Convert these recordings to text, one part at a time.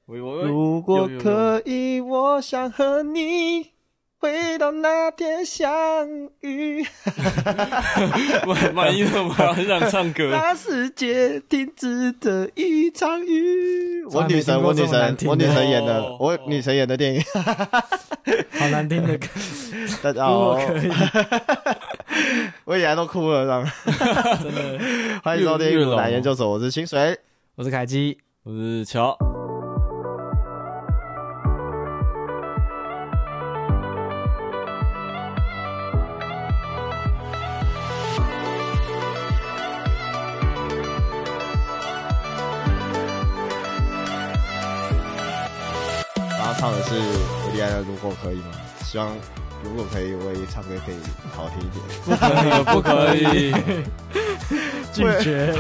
如果可以，我想和你回到那天相遇。 满意了吗？很想唱歌。 那世界停止的一场雨。我女神演的，我女神演的电影。 好难听的歌。 大家好， 如果可以， 我演都哭了，这样。 真的。 欢迎收听《古男研究所》，我是清水， 我是凯基， 我是乔。 唱的是维利安的《如果可以》吗？希望如果可以，我也唱歌可以好听一点。 不可以， 拒绝。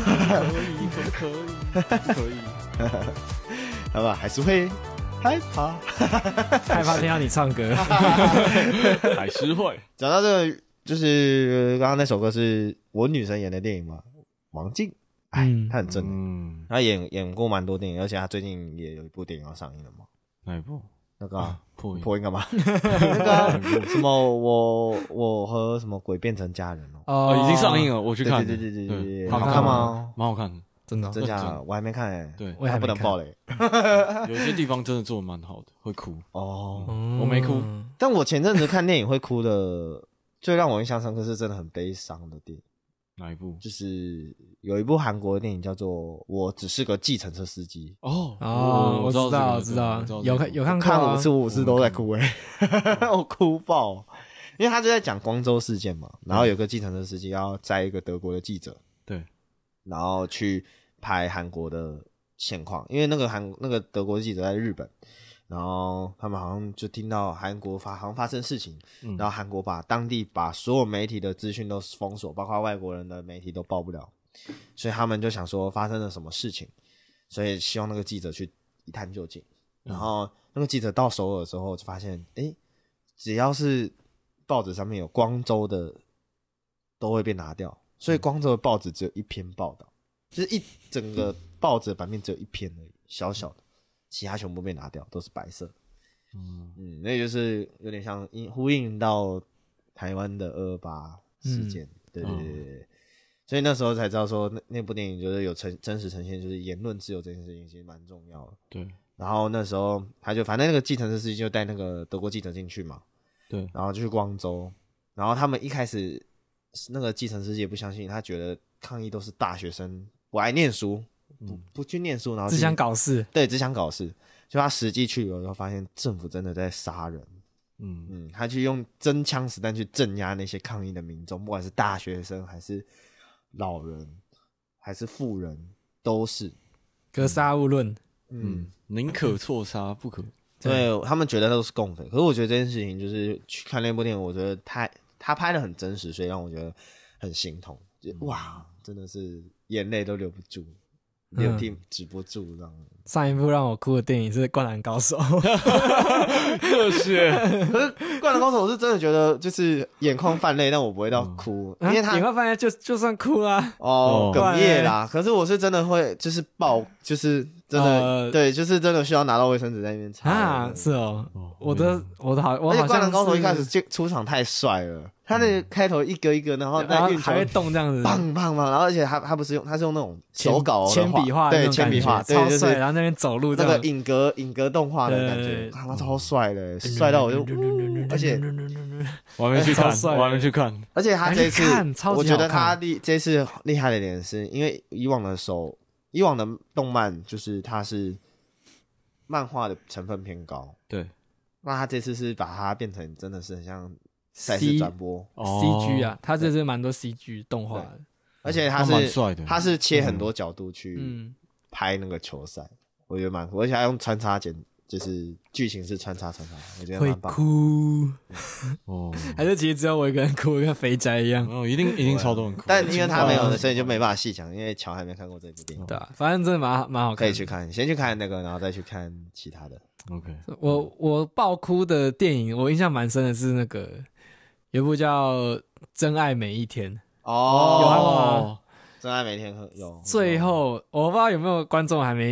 不可以。 好吧，还是会害怕， 害怕听到你唱歌， 还是会。 讲到这个，就是刚刚那首歌是我女神演的电影嘛，王静，她很正，她演过蛮多电影，而且她最近也有一部电影要上映了嘛。 哪一部？ 那个破音干嘛？那个什么我和什么鬼变成家人哦，已经上映了，我去看。 对，好看吗？ 蛮好看的， 真的， 真假？我还没看欸。 对， 我还不能爆雷。 有些地方真的做的蛮好的，会哭哦。 我没哭， 但我前阵子看电影会哭的，最让我印象深刻是真的很悲伤的电影。 哪一部？ 就是有一部韩国的电影叫做《我只是个计程车司机》。 我知道，有看 5次5次都在哭我哭爆，因为他就在讲光州事件嘛，然后有个计程车司机要载一个德国的记者， 对， 然后去拍韩国的现况，因为那个德国记者在日本。然后他们好像就听到韩国好像发生事情，然后韩国当地把所有媒体的资讯都封锁，包括外国人的媒体都报不了，所以他们就想说发生了什么事情，所以希望那个记者去一探究竟。然后那个记者到首尔之后就发现，只要是报纸上面有光州的都会被拿掉，所以光州的报纸只有一篇报道，就是一整个报纸的版面只有一篇而已，小小的。其他全部被拿掉，都是白色。那就是有点像呼应到台湾的228事件。对，所以那时候才知道说那部电影就是有真实呈现，就是言论自由这件事情其实蛮重要的。 对。 然后那时候他就反正那个计程车司机就带那个德国记者进去嘛。 对。 然后就去光州，然后他们一开始那个计程司机也不相信，他觉得抗议都是大学生不爱念书。不去念书，然后只想搞事， 对，只想搞事。就他实际去了以后，发现政府真的在杀人。他去用真枪实弹去镇压那些抗议的民众，不管是大学生还是老人还是富人，都是格杀勿论。 宁可错杀不可。 对，他们觉得都是共匪。可是我觉得这件事情就是去看那部电影，我觉得他拍的很真实，所以让我觉得很心痛。哇，真的是眼泪都留不住。流涕止不住这样。 上一部让我哭的电影是《灌篮高手》， 热血。可是《灌篮高手》我是真的觉得就是眼眶泛泪，但我不会到哭，因为他眼眶泛泪就算哭啦。 哽咽啦。可是我是真的会就是爆，就是真的对，就是真的需要拿到卫生纸在那边擦啊。是我好像《 灌篮高手》一开始出场太帅了。他那个开头一个一个，然后在运球还会动这样子， 棒，然后而且他不是他是用那种手稿的铅笔画， 对，铅笔画，对， 超帅。然后那边走路， 那个影格动画的感觉，他妈超帅的，帅到我就，而且我还没去看， 而且他这次，我觉得他这次厉害的一点是，因为以往的动漫就是它是漫画的成分偏高， 对， 那他这次是把它变成真的是很像。赛事转播 CG 啊，他这是蛮多 CG 动画的， 而且他是切很多角度去拍那个球赛，我觉得蛮酷，而且还用穿插就是剧情是穿插，我觉得蛮棒。 会哭还是其实只有我一个人哭，跟肥宅一样？ 一定超多人哭， 但因为他没有，所以就没办法细讲，因为乔还没看过这部电影。 对啊，反正真的蛮好看， 可以去看，先去看那个，然后再去看其他的。 OK， 我爆哭的电影，我印象蛮深的是那个。有一部叫《真爱每一天》 有看过吗？ 真爱每一天有。 最后我不知道有没有观众还没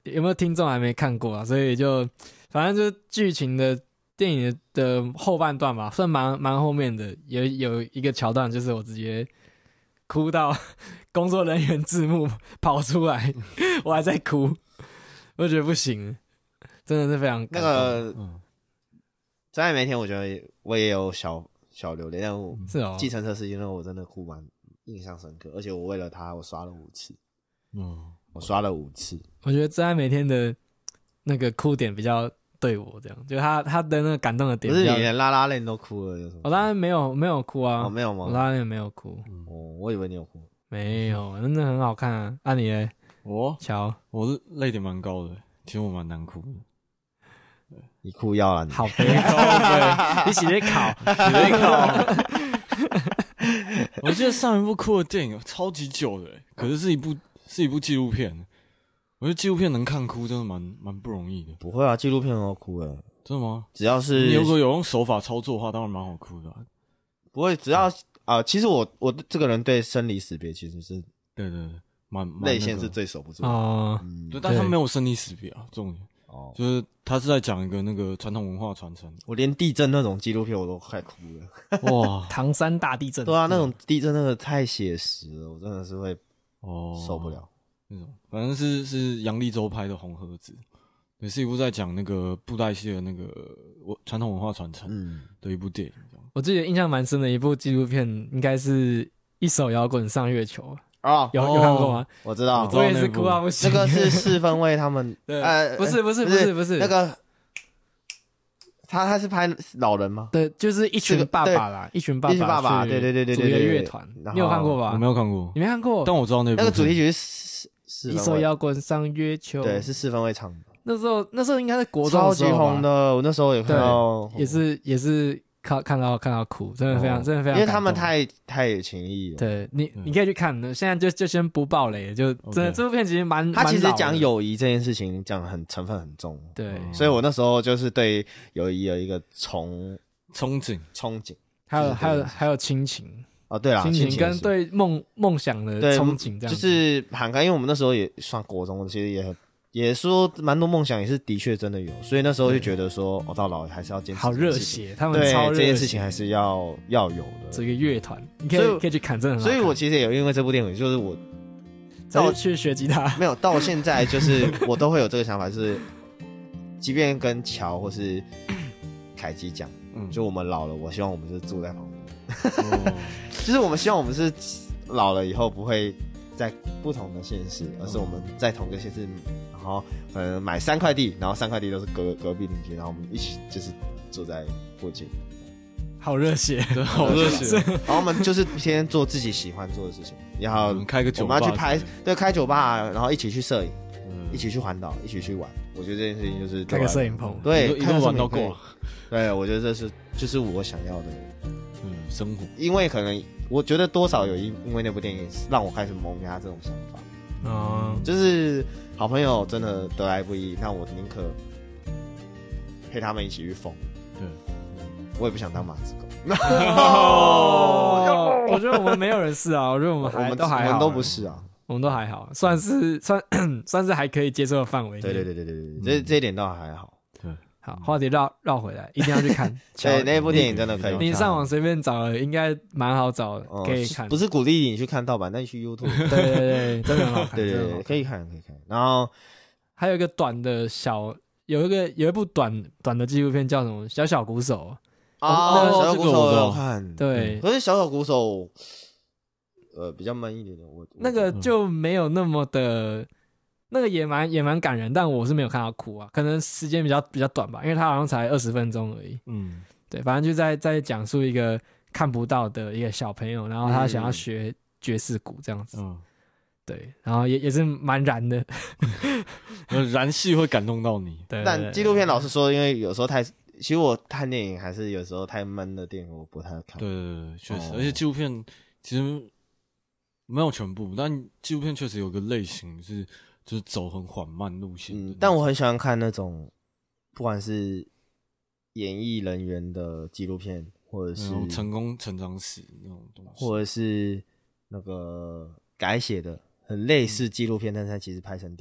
有没有听众还没看过啊？所以就反正就是剧情的电影的后半段吧，算蛮后面的，有一个桥段，就是我直接哭到工作人员字幕跑出来，我还在哭，我就觉得不行，真的是非常感动。 真爱每天，我觉得我也有小流泪，但我是哦， 计程车司机那个我真的哭蛮印象深刻，而且我为了他我刷了5次，我刷了5次。 我觉得真爱每天的那个哭点比较对我这样，就他的那个感动的点， 不是你连拉拉链都哭了，有什么？ 我当然没有哭啊， 没有吗？ 我拉拉链没有哭， 我以为你有哭， 没有，真的很好看啊。啊你嘞？乔， 我泪点蛮高的，其实我蛮难哭的。 你哭要了你， 好悲高，你写的考， 我记得上一部哭的电影超级久的，可是是一部纪录片。我觉得纪录片能看哭真的蛮不容易的。 不会啊，纪录片很好哭诶。 真的吗？ 只要是你如果有用手法操作的话，当然蛮好哭的。 不会，只要其实我这个人对生离死别其实是对蛮泪腺是最守不住的对，但他没有生离死别啊，重点就是他是在讲一个那个传统文化传承。 我连地震那种纪录片我都快哭了。 哇，唐山大地震。 对啊，那种地震那个太写实了，我真的是会受不了。 那种反正是杨立洲拍的《红盒子》，也是一部在讲那个布袋戏的那个传统文化传承的一部电影。 我记得印象蛮深的一部纪录片，应该是一手摇滚上月球啊。有看过吗？ 我知道， 我也是哭到不行。 那个是四分卫他们， 不是那个他是拍老人吗？ 对，就是一群爸爸啦，一群爸爸， 对， 组一个乐团。你有看过吧？ 我没有看过， 你没看过？ 但我知道那个主题曲是一手摇滚上月球， 对，是四分卫唱的。 那时候应该是国中超级红的，我那时候也看到， 也是看到哭，真的非常真的非常， 因为他们太有情谊了。 对你可以去看，现在就先不爆雷，就真的这部片其实他其实讲友谊这件事情讲成分很重， 对， 所以我那时候就是对友谊有一个憧憬， 还有亲情。 对啦， 亲情跟对梦想的憧憬，这样就是涵盖，因为我们那时候也算国中，其实也说蛮多梦想，也是的确真的有，所以那时候就觉得说，到老还是要坚持。 好热血，他们超热血， 这件事情还是要有的。 这个乐团，你可以去看，真的很好看。 所以我其实也有因为这部电影，就是我去学吉他， 没有到现在，就是我都会有这个想法，就是即便跟乔或是凯基讲，就我们老了，我希望我们是住在旁边。就是我们希望我们是老了以后不会在不同的县市，而是我们在同个县市，然后买3块地，然后3块地都是隔壁邻居，然后我们一起就是住在附近。 好热血， 好热血！ 然后我们就是先做自己喜欢做的事情，然后开个酒吧， 我们要去拍，对，开酒吧，然后一起去摄影，一起去环岛，一起去玩。我觉得这件事情就是开个摄影棚， 对， 一路玩到过。 对，我觉得这就是我想要的生活， 因为可能我觉得多少有因为那部电影让我开始萌芽这种想法。就是好朋友真的得来不易，那我宁可陪他们一起去疯。 对， 我也不想当马子狗。 我觉得我们没有人是啊，我觉得我们都还好， 我们都不是啊， 我们都还好，算是还可以接受的范围。 对，这一点倒还好。 好，话题绕回来，一定要去看。 对，那部电影真的可以。 你上网随便找，应该蛮好找，可以看。 不是鼓励你去看盗版，但你去 YouTube。 对，真的很好看。 对，可以看。然后还有一个有一部短的纪录片叫什么《小小鼓手》 小小鼓手我有看。 对， 可是小小鼓手，比较闷一点的。 那个就没有那么的。那个也蛮感人，但我是没有看到哭啊，可能时间比较短吧，因为他好像才20分钟而已。对，反正就在讲述一个看不到的一个小朋友，然后他想要学爵士鼓这样子。对，然后也是蛮燃的， 燃戏会感动到你。 对， 但纪录片老实说，因为有时候其实我看电影还是有时候太闷的电影我不太看。 对，确实，而且纪录片其实没有全部，但纪录片确实有个类型就是走很缓慢路线。 但我很喜欢看那种不管是演艺人员的纪录片，或者是成功成长史那种东西， 或者是那个改写的很类似纪录片，但是它其实拍成电影。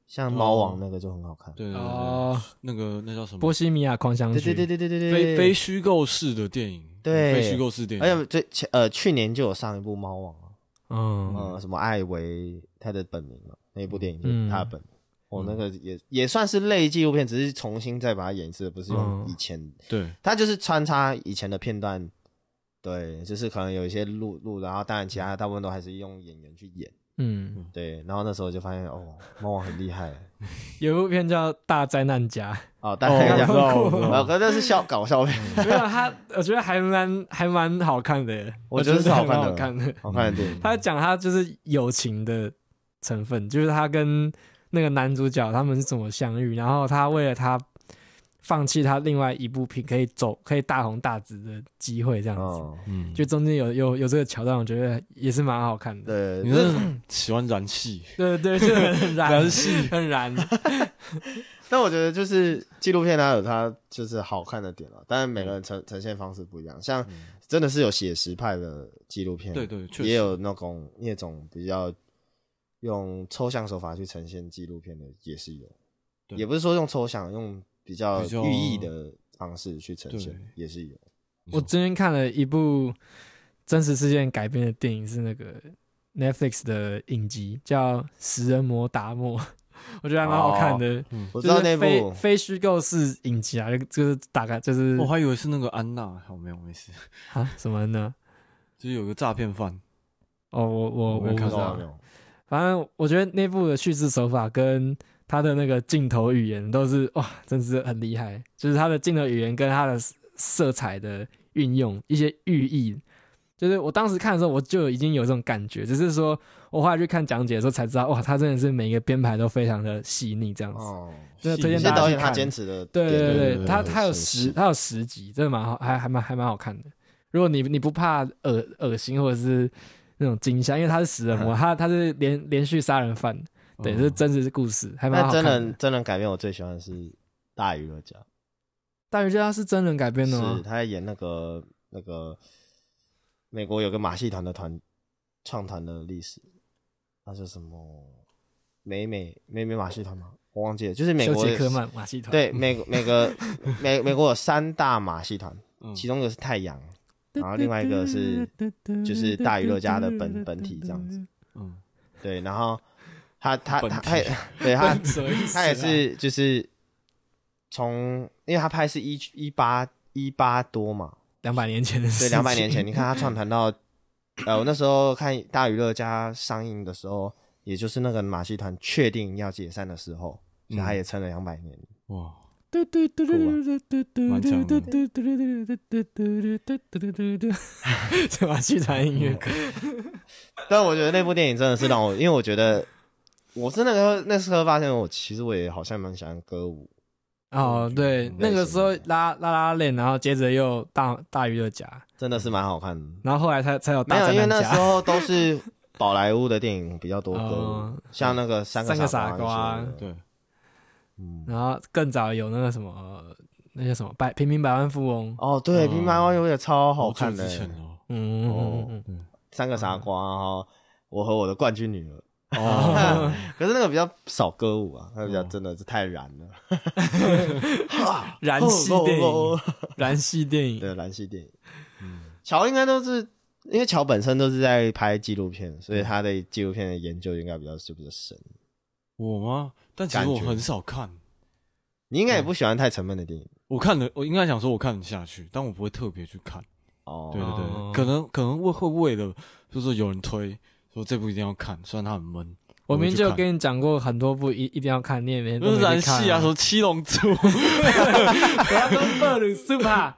像猫王那个就很好看。 对哦， 那叫什么？ 波西米亚狂想曲， 对， 非虚构式的电影， 对， 非虚构式电影。 而且去年就有上一部猫王啊，什么艾维他的本名嘛，那一部电影就是他的本名。那个也算是类纪录片，只是重新再把它演一次，不是用以前。 对， 他就是穿插以前的片段，对，就是可能有一些录，然后当然其他大部分都还是用演员去演。对，然后那时候就发现猫王很厉害。 有一部片叫《大灾难家》 大灾难家， 可那是搞笑片。 没有我觉得还蛮好看的。 我觉得是好看的， 好看的电影。 他讲他就是友情的成分，就是他跟那个男主角他们是怎么相遇，然后他为了他放弃他另外一部片可以大红大紫的机会，这样子。就中间有这个桥段，我觉得也是蛮好看的。 对，你是喜欢燃戏？ 对，就很燃戏， 很燃。 但我觉得就是纪录片它有它就是好看的点了，当然每个人呈现方式不一样，像真的是有写实派的纪录片， 对， 也有那种比较用抽象手法去呈现纪录片的也是有，也不是说用抽象，用比较寓意的方式去呈现也是有。 我之前看了一部真实事件改编的电影，是那个 Netflix 的影集，叫《食人魔达莫》，我觉得还蛮好看的。 我知道那部非虚构式影集啊，就是大概就是。 我还以为是那个安娜，没事啊？什么呢？ 就是有个诈骗犯。 我没看到。 反正我觉得那部的叙事手法跟他的那个镜头语言都是真是很厉害。就是他的镜头语言跟他的色彩的运用，一些寓意，就是我当时看的时候我就已经有这种感觉，只是说我后来去看讲解的时候才知道，他真的是每一个编排都非常的细腻，这样子。真的推荐大家去看。导演他坚持的。 对，他有10集，真的蛮好，还蛮好看的。如果你不怕恶心或者是那种惊吓，因为他是食人魔，他是连续杀人犯，对，这是真实故事，还蛮好看的。 真人改编我最喜欢的是《大娱乐家》。 大娱乐家是真人改编的吗？ 是，他在演那个美国有个马戏团的创团的历史，那是什么美马戏团吗？我忘记了，就是美国休杰克曼马戏团。 对，美国有3大马戏团，其中一个是太阳。然后另外一个是就是大娱乐家的本体这样子，对，然后他对他也是就是因为他拍是18多嘛 ，200年前的事情，对，200年前，你看他创团到我那时候看大娱乐家上映的时候，也就是那个马戏团确定要解散的时候，所以他也撑了200年，哇。 蛮强的， 这马戏团音乐。 但我觉得那部电影真的是让我，因为我觉得我是那时候发现其实我也好像蛮喜欢歌舞。 对，那个时候拉链，然后接着又大娱乐家， 真的是蛮好看的。 然后后来才有大没有，因为那时候都是宝莱坞的电影比较多歌舞，像那个三个傻瓜， 对。 然后更早有那个什么，那叫什么平民百万富翁。 对，平民百万富翁也超好看的。三个傻瓜，然后我和我的冠军女儿。可是那个比较少歌舞啊，那个比较真的是太燃了。 燃系电影，燃系电影， 对，燃系电影。乔应该都是因为乔本身都是在拍纪录片，所以他的纪录片的研究应该比较深。 我吗？但其实我很少看。 你应该也不喜欢太沉闷的电影。 我应该想说我看得下去，但我不会特别去看。对，可能会为了就是有人推说这部一定要看，虽然它很闷。 我明明就有跟你讲过很多部一定要看，你也没不是燃系啊，什么七龙珠， 我要跟布鲁斯帕。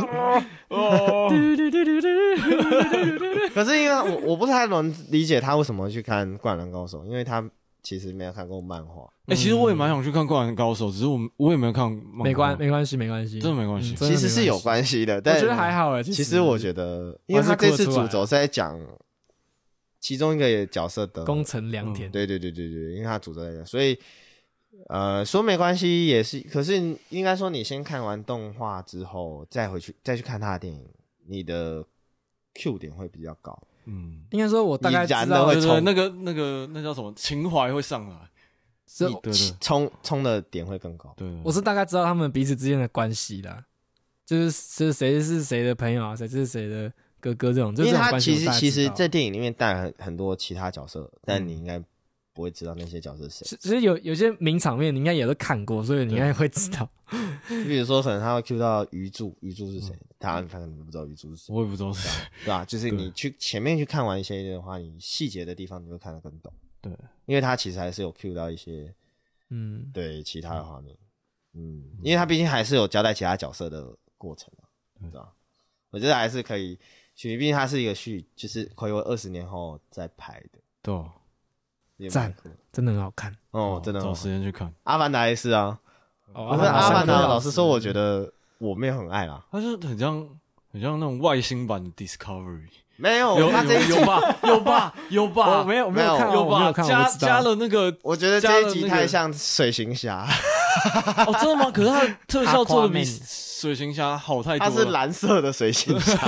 可是因为我不太能理解他为什么会去看《灌篮高手》，因为他其实没有看过漫画。 其实我也蛮想去看《灌篮高手》，只是我也没有看漫画。 没关系， 真的没关系。 其实是有关系的，但我觉得还好。 其实我觉得，因为他这次主轴是在讲其中一个角色的宫城良田。 对，因为他主轴在讲，所以说没关系也是。可是应该说，你先看完动画之后，再去看他的电影，你的 Q 点会比较高。 应该说我大概知道会那个那叫什么情怀会上来。 冲的点会更高。 对， 我是大概知道他们彼此之间的关系啦，就是谁是谁的朋友啊，谁是谁的哥哥这种， 因为他其实在电影里面带了很多其他角色，但你应该不会知道那些角色是谁。 其实有些名场面你应该也都看过，所以你应该会知道。 就比如说，可能他会 cue 到鱼柱是谁？他可能不知道鱼柱是谁， 我也不知道是谁， 对吧？就是你前面去看完一些的话，你细节的地方你会看得更懂。 对， 因为他其实还是有 cue 到一些，对其他的画面，因为他毕竟还是有交代其他角色的过程嘛，对吧？我觉得还是可以去，毕竟它是一个就是睽违20年后再拍的， 对， 赞，真的很好看哦，真的找时间去看。 阿凡达也是啊，可是阿凡达老实说，我觉得我没有很爱啦， 它就很像那种外星版的 Discovery。 没有，他这一集有吧？ 我没有看， 有吧？加了那个， 我觉得这一集太像水行侠。 哦，真的吗？可是他的特效做的比水行侠好太多了。 它是蓝色的水行侠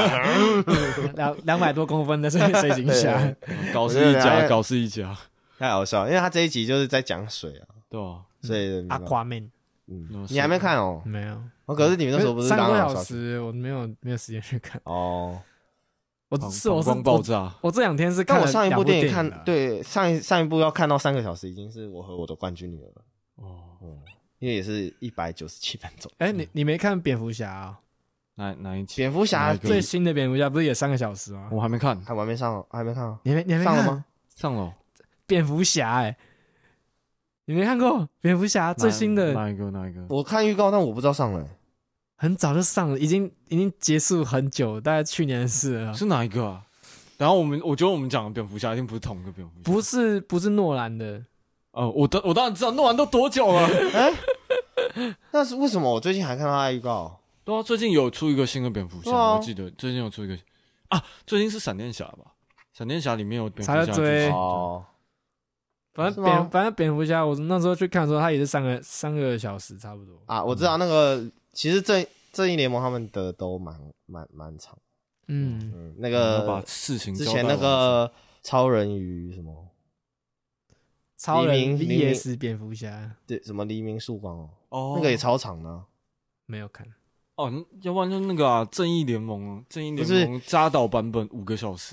，200多公分的水行侠， 搞事一家， 太好笑了，因为他这一集就是在讲水啊， 对啊， 所以 Aquaman， 你还没看哦？ 没有， 可是你们那时候不是 3个小时，我没有时间去看哦。 我光爆炸， 我这2天是看了但我上一部电影看，对上一部要看到3个小时，已经是我和我的冠军女儿了。因为也是197分钟。 你没看蝙蝠侠啊？ 哪一集？ 蝙蝠侠最新的蝙蝠侠不是也3个小时吗？ 我还没看， 还没上，还没看啊？ 你还没上了吗？ 上了。 蝙蝠侠你没看过蝙蝠侠最新的？ 哪一个？ 我看预告，但我不知道上了。 很早就上了，已经结束很久，大概去年的事了。 是哪一个啊？然后我觉得我们讲的蝙蝠侠一定不是同一个蝙蝠侠。 不是诺兰的。 我当然知道诺兰都多久了。 那是为什么我最近还看到他的预告？ 对啊，最近有出一个新的蝙蝠侠，我记得最近有出一个最近是闪电侠吧？闪电侠里面有蝙蝠侠追反正蝙蝠侠，我那时候去看的时候，他也是3个小时差不多啊。我知道那个，其实正义联盟他们的都蛮长。那个把事情之前那个超人与什么超人 VS 蝙蝠侠， 对，什么黎明曙光那个也超长的， 没有看。 要不然就那个正义联盟扎导版本5个小时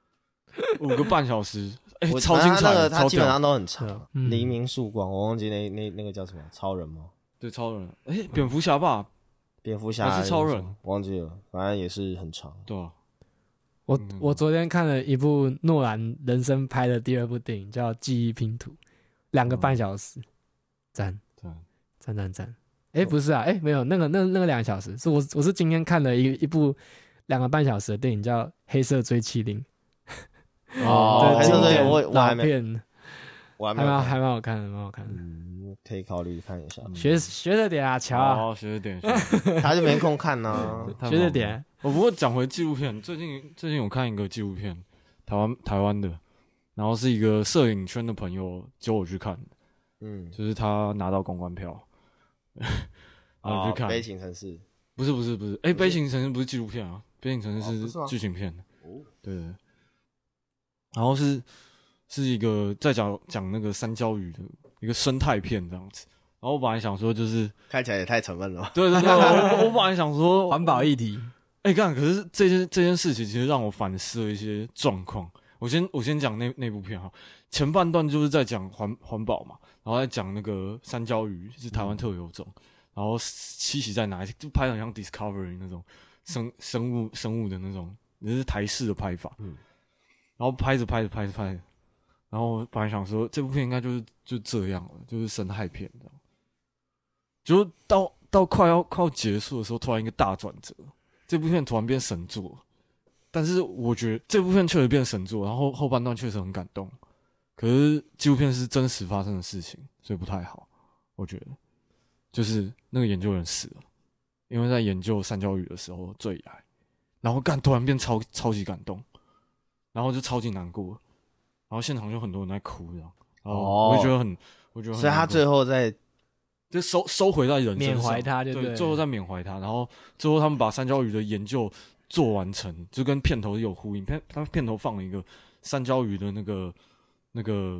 ，5个半小时。超精彩的， 他基本上都很长。黎明曙光，我忘记那个叫什么超人吗？ 对，超人。蝙蝠侠吧？ 蝙蝠侠还是超人？ 忘记了，反正也是很长。 对啊。 我昨天看了一部诺兰人生拍的第2部电影，叫《记忆拼图》，2个半小时，赞。不是啊，没有那个2个小时，是我是今天看了一部2个半小时的电影，叫《黑色追妻令》。 黑色追妻令我还没有， 还蛮好看的，蛮好看的。 可以考虑看一下。 学着点啊，乔。 学着点。 他就没空看呢。 学着点。 不过讲回纪录片，最近有看一个纪录片，台湾的，然后是一个摄影圈的朋友揪我去看的。就是他拿到公关票，然后去看《 悲情城市》。 不是，悲情城市不是纪录片啊，悲情城市是剧情片。对。然后是一个在讲那个三焦鱼的一个生态片这样子。然后我本来想说就是看起来也太沉闷了。 对，我本来想说环保议题。 可是这件事情其实让我反思了一些状况。我先讲那部片哈，前半段就是在讲环保嘛，然后在讲那个三焦鱼是台湾特有种，然后栖息在哪里，就拍得很像 Discovery 那种生物的那种，也是台式的拍法。然后拍着，然后本来想说这部片应该就这样了，就是生态片这样。就到快要结束的时候，突然一个大转折，这部片突然变神作。但是我觉得这部片确实变神作，然后后半段确实很感动。可是纪录片是真实发生的事情，所以不太好。我觉得就是那个研究人死了，因为在研究三焦鱼的时候坠崖，然后突然变超级感动。然后就超级难过，然后现场就很多人在哭这样，然后我就觉得很， 所以他最后就收回在人身上， 缅怀他， 对，最后再缅怀他，然后最后他们把三焦鱼的研究做完成，就跟片头有呼应，他片头放了一个三焦鱼的那个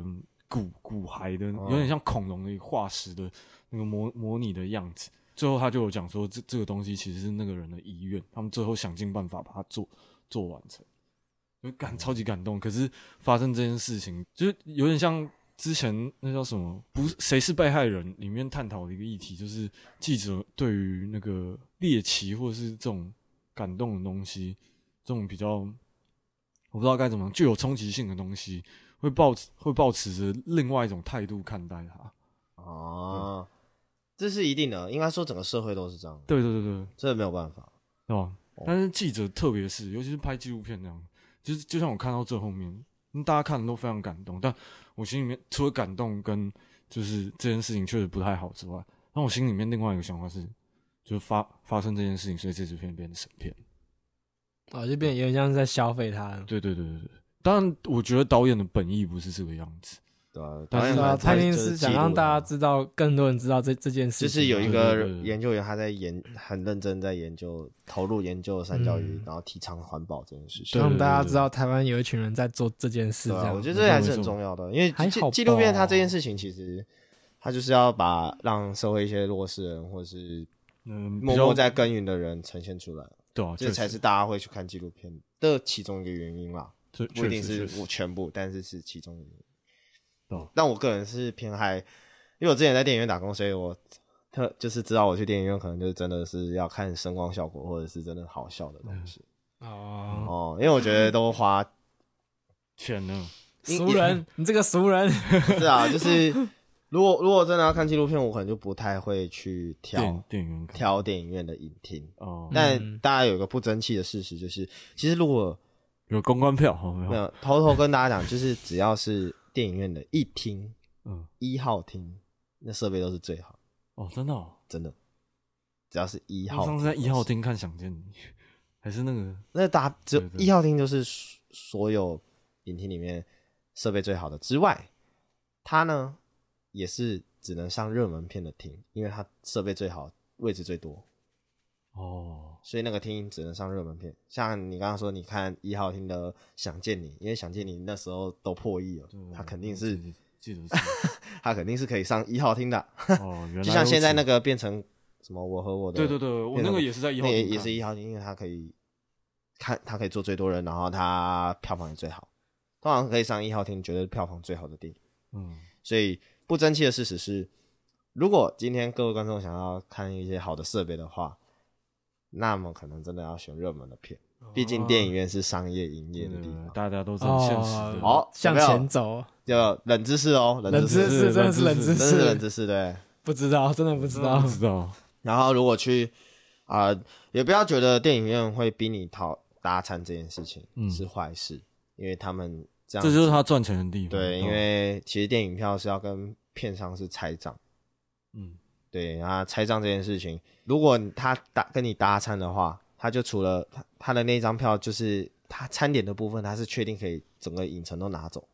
骨骸的，有点像恐龙的一个化石的那个模拟的样子。最后他就有讲说，这个东西其实是那个人的遗愿，他们最后想尽办法把它做完成，就超级感动。可是发生这件事情，就是有点像之前那叫什么，不是谁是被害人里面探讨的一个议题，就是记者对于那个猎奇或者是这种感动的东西，这种比较我不知道该怎么具有冲击性的东西，会抱持着另外一种态度看待它。 哦，这是一定的，应该说整个社会都是这样。 对对对对， 这没有办法， 对吧？但是记者特别是，尤其是拍纪录片那样，就像我看到最后面，大家看的都非常感动，但我心里面除了感动跟就是这件事情确实不太好之外，但我心里面另外一个想法是，就是发生这件事情，所以这支片变成神片。 就变有点像是在消费它。 对。当然，我觉得导演的本意不是这个样子， 对啊， 但是他一定是想让大家知道，更多人知道这件事情。 就是有一个研究员，他在很认真在研究，投入研究三角鱼，然后提倡环保这件事情， 让大家知道台湾有一群人在做这件事。这样， 我觉得这还是很重要的，因为纪录片它这件事情，其实它就是要让社会一些弱势人或者是默默在耕耘的人呈现出来。 对啊， 这才是大家会去看纪录片的其中一个原因啦，不一定是全部，但是是其中一个原因。但我个人是偏爱，因为我之前在电影院打工，所以我就是知道我去电影院可能就是真的是要看声光效果，或者是真的好笑的东西。因为我觉得都花钱呢。 俗人，你这个俗人。 是啊，就是如果真的要看纪录片，我可能就不太会去挑电影院的影厅。但大家有一个不争气的事实就是，其实如果有公关票， 没有偷偷跟大家讲，就是只要是电影院的一厅，1号厅，那设备都是最好。 真的真的，只要是1号。 上次在1号厅看《想见你》，还是那只有1号厅就是所有影厅里面设备最好的之外，它呢也是只能上热门片的厅，因为它设备最好，位置最多。所以那个厅只能上热门片。像你刚刚说，你看1号厅的《想见你》，因为《想见你》那时候都破亿了，它肯定是它肯定是可以上1号厅的。就像现在那个变成什么我和我的， 对，我那个也是在1号厅， 也是1号厅，因为它可以它可以坐最多人，然后它票房也最好，通常可以上1号厅，绝对是票房最好的电影。所以不争气的事实是，如果今天各位观众想要看一些好的设备的话，那么可能真的要选热门的片，毕竟电影院是商业营业的地方， 大家都是很现实的。 向前走， 就冷知识哦， 冷知识真的是冷知识， 真的是冷知识，对， 不知道，真的不知道。 然后如果去也不要觉得电影院会逼你搭餐这件事情是坏事，因为他们这就是他赚钱的地方。 对，因为其实电影票是要跟片商是拆账。对，然后拆账这件事情，如果他跟你搭餐的话，他就除了他的那张票，就是他餐点的部分，他是确定可以整个影城都拿走。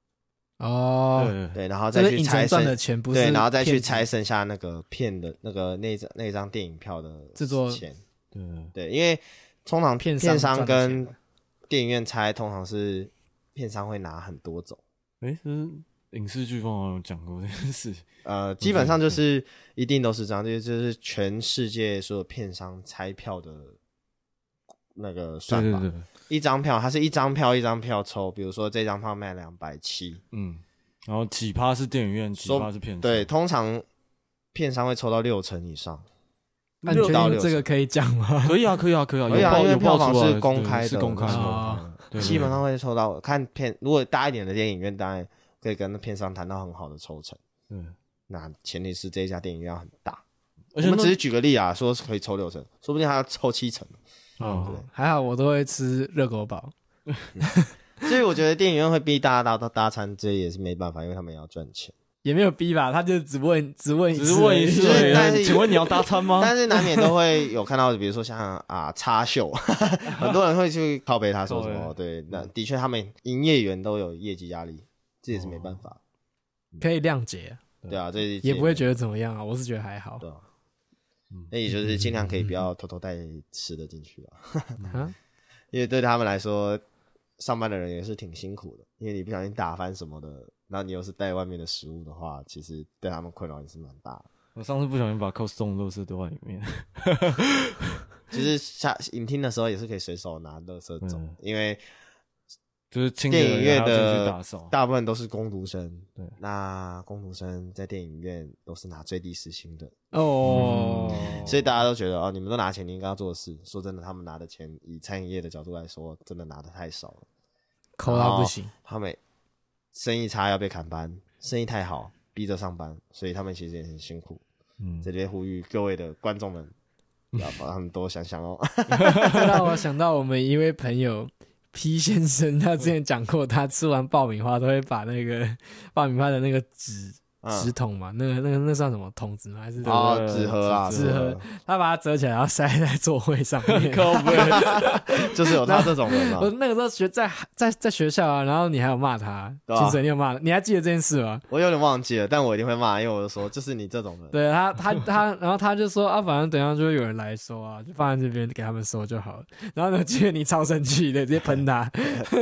对，然后再去拆剩的钱，不是对，然后再去拆剩下那个片的那张电影票的制作钱。对，因为通常片商跟电影院拆，通常是片商会拿很多走。 影视剧方有讲过这件事情， 基本上就是一定都是这样，就是全世界所有片商拆票的那个算法。对，一张票它是一张票抽，比如说这张票卖270， 然后几趴是电影院，几趴是片商。 对，通常片商会抽到60%以上。 那你确定这个可以讲吗？ 可以啊， 因为票房是公开的， 是公开的， 基本上会抽到。看片，如果大一点的电影院，当然可以跟片商谈到很好的抽成。那前提是这一家电影院要很大。我们只是举个例啊，说可以抽60%，说不定他要抽70%。 还好我都会吃热狗堡。 所以我觉得电影院会逼大家搭餐，这也是没办法，因为他们也要赚钱。 也没有逼吧，他就只问一次。 但是请问你要搭餐吗？ 但是难免都会有看到，比如说像插秀，很多人会去靠北他说什么。对，那的确他们营业员都有业绩压力，这也是没办法， 可以谅解。 对啊，这也不会觉得怎么样啊，我是觉得还好。 对啊，那也就是尽量可以不要偷偷带吃的进去啊，因为对他们来说， 上班的人也是挺辛苦的，因为你不小心打翻什么的，然后你又是带外面的食物的话，其实对他们困扰也是蛮大的。 我上次不小心把 Costco 的垃圾丢在里面。 其实影厅的时候也是可以随手拿垃圾走，因为就是电影院的打扫， 大部分都是工读生， 对， 那工读生在电影院都是拿最低时薪的哦， 所以大家都觉得你们都拿钱，你应该要做的事。说真的，他们拿的钱，以餐饮业的角度来说，真的拿的太少了， 抠到不行。 他们生意差要被砍班，生意太好逼着上班，所以他们其实也很辛苦。这边呼吁各位的观众们，要把他们多想想哦。 这让我想到我们一位朋友 P 先生，他之前讲过，他吃完爆米花都会把那个爆米花的那个纸筒嘛，那算什么筒子吗？还是纸盒啊？ 纸盒，他把它折起来，然后塞在座位上面。 靠背， 就是有他这种人嘛。 我那个时候在学校啊，然后你还有骂他，清水你有骂他，你还记得这件事吗？ 我有点忘记了，但我一定会骂，因为我就说就是你这种人。 对他，然后他就说啊，反正等一下就会有人来收啊，就放在这边给他们收就好了。然后呢，记得你超生气的，直接喷他。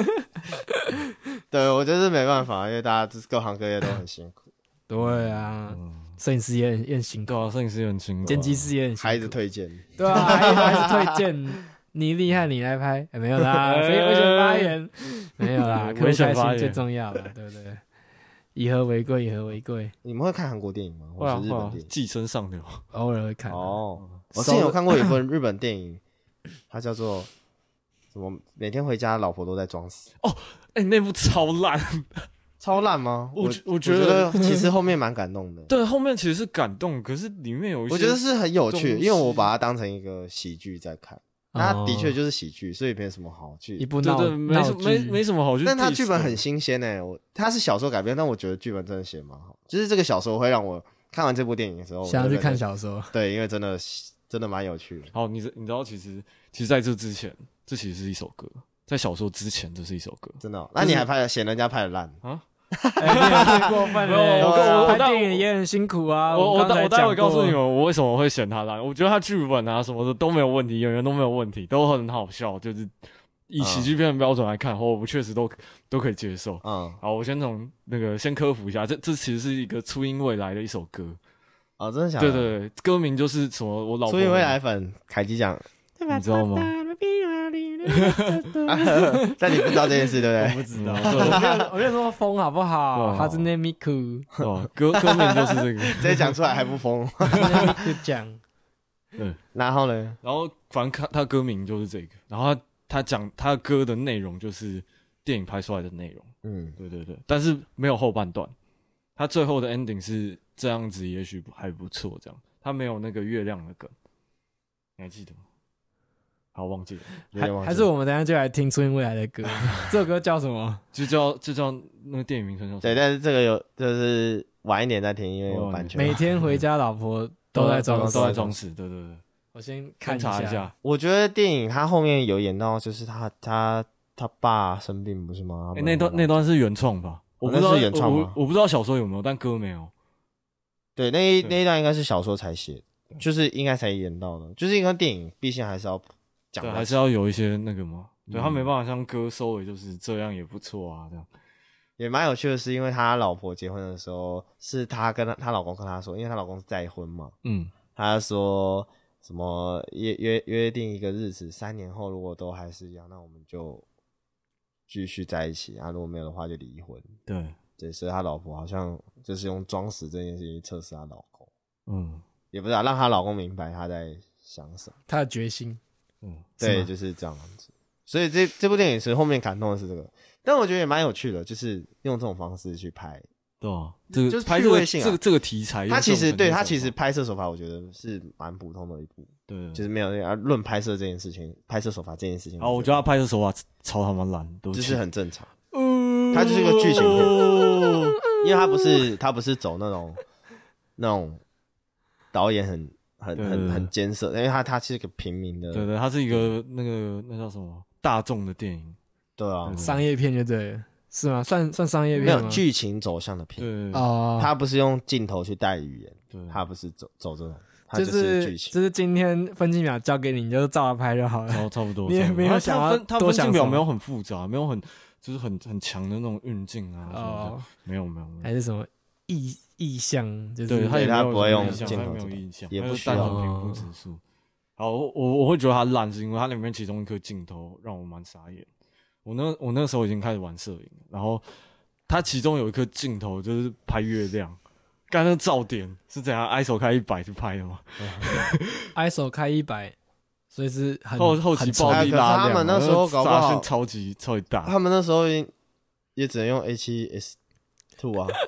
对，我就是没办法，因为大家各行各业都很辛苦。 对啊，摄影师也很辛苦， 对啊，摄影师也很辛苦， 剪辑师也很辛苦， 还一直推荐， 对啊，还是推荐你厉害，你来拍，没有啦，非危险发言，没有啦，客户开心最重要了，对不对？以和为贵，以和为贵。 你们会看韩国电影吗？或是日本电影？ 寄生上流， 偶尔会看。 哦，我之前有看过一部日本电影，它叫做什么？每天回家，老婆都在装死。 哦，那部超烂。 超烂吗？ 我觉得其实后面蛮感动的。 对，后面其实是感动，可是里面有一些， 我觉得是很有趣，因为我把它当成一个喜剧在看。它的确就是喜剧，所以没什么好去一部没什么好去。 但它剧本很新鲜它是小说改编，但我觉得剧本真的写蛮好。就是这个小说会让我看完这部电影的时候， 想要去看小说。 对，因为真的蛮有趣的。 好，你知道其实在这之前，这其实是一首歌，在小说之前这是一首歌， 真的。那你还嫌人家拍的烂啊？ 你也太过分了！我拍电影也很辛苦啊。我待会告诉你们我为什么会选他烂。我觉得他剧本啊什么的都没有问题，演员都没有问题，都很好笑。就是以喜剧片的标准来看，我确实都可以接受。好，我先从先科普一下，这其实是一个初音未来的一首歌。 哦，真的假的？ 对，歌名就是什么？我老婆初音未来粉凯基奖， 你知道吗？ 但你不知道这件事，对不对？ 我不知道。我跟你说疯好不好？他是 Nemiku， 歌名就是这个， 直接讲出来还不疯。 Nemiku 讲。 对， 然后呢？ 然后反正他歌名就是这个，然后他讲他的歌的内容就是电影拍出来的内容。对，但是没有后半段，他最后的 ending 是这样子，也许还不错。这样，他没有那个月亮的梗，你还记得吗？好，忘记了， 还是我们等一下就来听初音未来的歌。这首歌叫什么？ 就叫那个电影名称叫什么？ 对，但是这个就是晚一点再听，因为有版权。 每天回家，老婆都在装死。对， 我先看查一下。 我觉得电影它后面有演到，就是他爸生病不是吗？ 那段是原创吧？我不知道是原创吗？ 我不知道小说有没有，但歌没有。 对，那一段应该是小说才写，就是应该才演到的，就是因为电影毕竟还是要。 对，还是要有一些那个嘛，对他没办法像歌收尾就是这样也不错啊，这样也蛮有趣的是，因为他老婆结婚的时候，是他跟他老公跟他说，因为他老公是再婚嘛，他说什么约定一个日子，3年后如果都还是一样，那我们就继续在一起啊，如果没有的话就离婚。对，所以他老婆好像就是用装死这件事情测试他老公，也不是让他老公明白他在想什么， 他的决心。 对，就是这样子。所以这部电影是后面感动的是这个，但我觉得也蛮有趣的，就是用这种方式去拍。 对啊，就是拍趣味性啊， 这个题材， 他其实拍摄手法，我觉得是蛮普通的一部。对，就是没有论拍摄这件事情，拍摄手法这件事情。 我觉得他拍摄手法超他妈烂， 就是很正常。他就是个剧情片，因为他不是走那种导演很艰涩，因为他是一个平民的， 对，他是一个那叫什么大众的电影， 对啊， 商业片就对了，是吗？算商业片吗？ 没有剧情走向的片， 对他不是用镜头去带语言，他不是走这种。 它就是剧情。 就是今天分镜表交给你，你就照着拍就好了。 差不多。 你也没有想要它分多想什么镜表没有很复杂，没有就是很强的那种运镜啊什么的，没有。 还是什么意象，就是对，它也它不会用镜头，没有印象， 也不需单纯要。 平铺直述。好，我会觉得它烂，是因为它里面其中一颗镜头让我蛮傻眼。我那时候已经开始玩摄影，然后它其中有一颗镜头就是拍月亮，刚才那照点是怎样？ISO 开100去拍的吗 ？ISO 开100，所以是后期暴力拉亮。 他们那时候搞不好超级大， 他们那时候也只能用 A7S2 啊。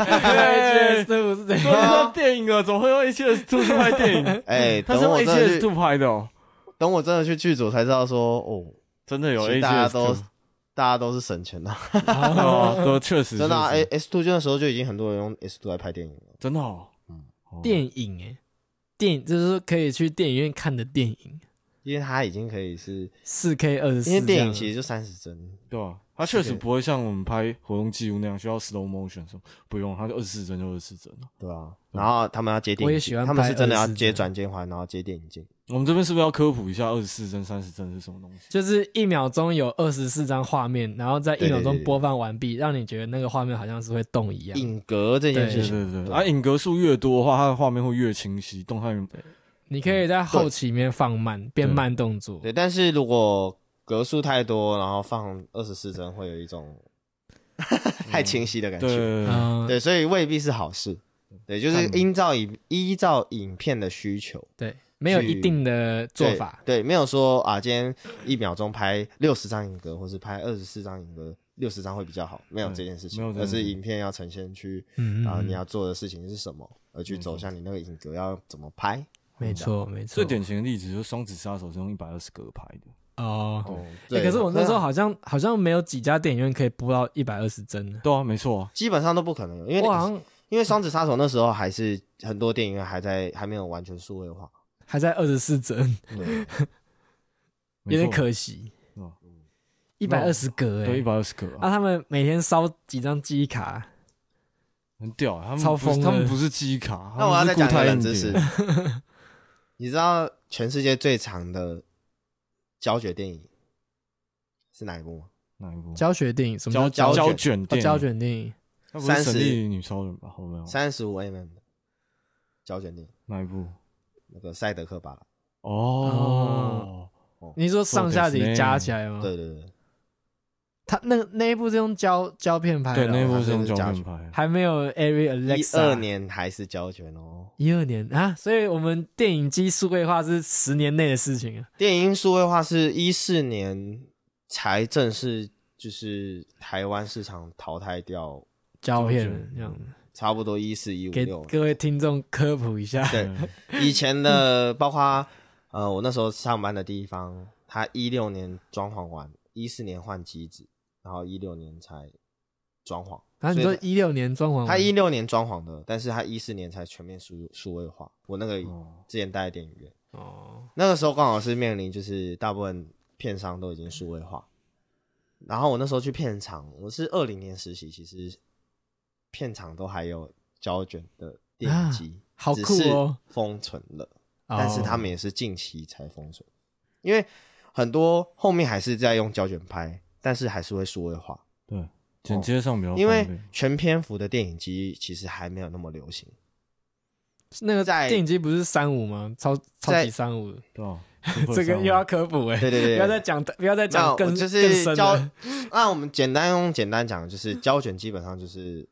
A7S2 是怎样？ 电影啊，怎么会用 A7S2 去拍电影？ 哎， 他是用 A7S2 拍的哦。 等我真的去剧组才知道说，哦， 真的有 A7S2。 大家都是省钱的， 都确实真的啊。S2 那时候就已经很多人用 S2 来拍电影了， 真的哦。 电影电影就是说可以去电影院看的电影， 因为它已经可以是 4K 24， 因为电影其实就30帧， 对啊，它确实不会像我们拍活动记录那样需要 slow motion 什么，不用，它就24帧就24帧了， 对啊。然后他们要接电影镜，他们是真的要接转接环，然后接电影镜。 我们这边是不是要科普一下24帧、30帧是什么东西？ 就是1秒钟有24张画面，然后在1秒钟播放完毕，让你觉得那个画面好像是会动一样。 影格这件事情， 对，影格数越多的话，它的画面会越清晰，动态越。 你可以在后期里面放慢，变慢动作。 对，但是如果格数太多，然后放24帧，会有一种太清晰的感觉。对，所以未必是好事。对，就是依照影片的需求。 对。没有一定的做法， 对，没有说啊，今天1秒钟拍60张影格，或是拍24张影格，60张会比较好，没有这件事情，而是影片要呈现去，然后你要做的事情是什么，而去走向你那个影格要怎么拍。 没错。 最典型的例子就是《双子杀手》是用120格拍的。 哦，对。可是我那时候好像没有几家电影院可以播到120帧的。 对啊，没错， 基本上都不可能有，因为《双子杀手》那时候还是很多电影院还没有完全数位化。 还在24帧，有点可惜。120格对，120格啊！他们每天烧几张记忆卡， 很屌。他们超疯， 他们不是记忆卡。 那我要再讲一个冷知识，你知道全世界最长的胶卷电影是哪一部吗？ 哪一部？ 胶学电影？什么叫胶卷电影？ 胶卷电影？ 那不是神力女超人吧？后面 35mm 的胶卷电影， 哪一部？ 那个赛德克巴莱。 哦，你说上下集加起来吗？ 对对对， 他那一部是用胶片拍的， 对，那一部是用胶片拍， 还没有 Ari Alexa。 12年还是胶卷哦 ，12年啊，所以我们电影机数位化是10年内的事情啊。 电影数位化是14年才正式，就是台湾市场淘汰掉胶片这样子。 差不多14、15、 给各位听众科普一下。 对，以前的包括我那时候上班的地方，他16年装潢完，14年换机子，然后16年才装潢。 然后你说16年装潢， 他16年装潢的，但是他14年才全面数位化。我那个之前待在电影院，那个时候刚好是面临就是大部分片商都已经数位化，然后我那时候去片场，我是20年实习，其实片场都还有胶卷的电影机， 好酷哦， 封存了，但是他们也是近期才封存，因为很多后面还是在用胶卷拍，但是还是会数位化。 对，剪接上比较方便， 因为全篇幅的电影机其实还没有那么流行。 那个电影机不是35吗？超级35的， 对啊。 这个又要科普对对对， 不要再讲更就是那我们简单讲，就是胶卷基本上就是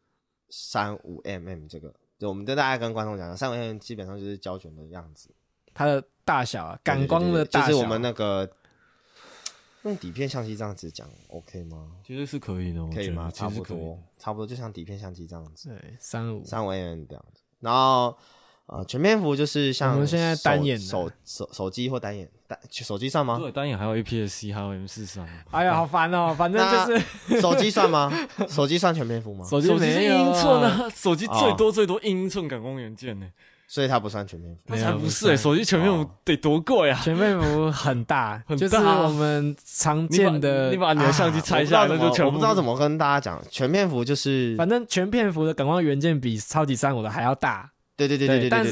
35mm 这个，就我们跟大家跟观众讲，35mm 基本上就是胶卷的样子， 它的大小啊，感光的大小， 就是我们那个用底片相机这样子讲 ，OK 吗？ 其实是可以的， 可以吗？差不多，就像底片相机这样子， 对，35mm 这样子，然后。全篇幅就是像我们现在单眼手机或单眼，手机算吗？ 对，单眼还有 APS-C， 还有 M43。 哎呀，好烦哦！反正就是手机算吗？手机算全篇幅吗？ 手机是英寸啊，手机最多英寸感光元件呢， 所以它不算全篇幅。 那才不是手机全篇幅得多贵啊！ 全篇幅很大，就是我们常见的。 你把你的相机拆下来，那就全部。 我不知道怎么跟大家讲，全篇幅就是， 反正全片幅的感光元件比超级35的还要大。 对， 但是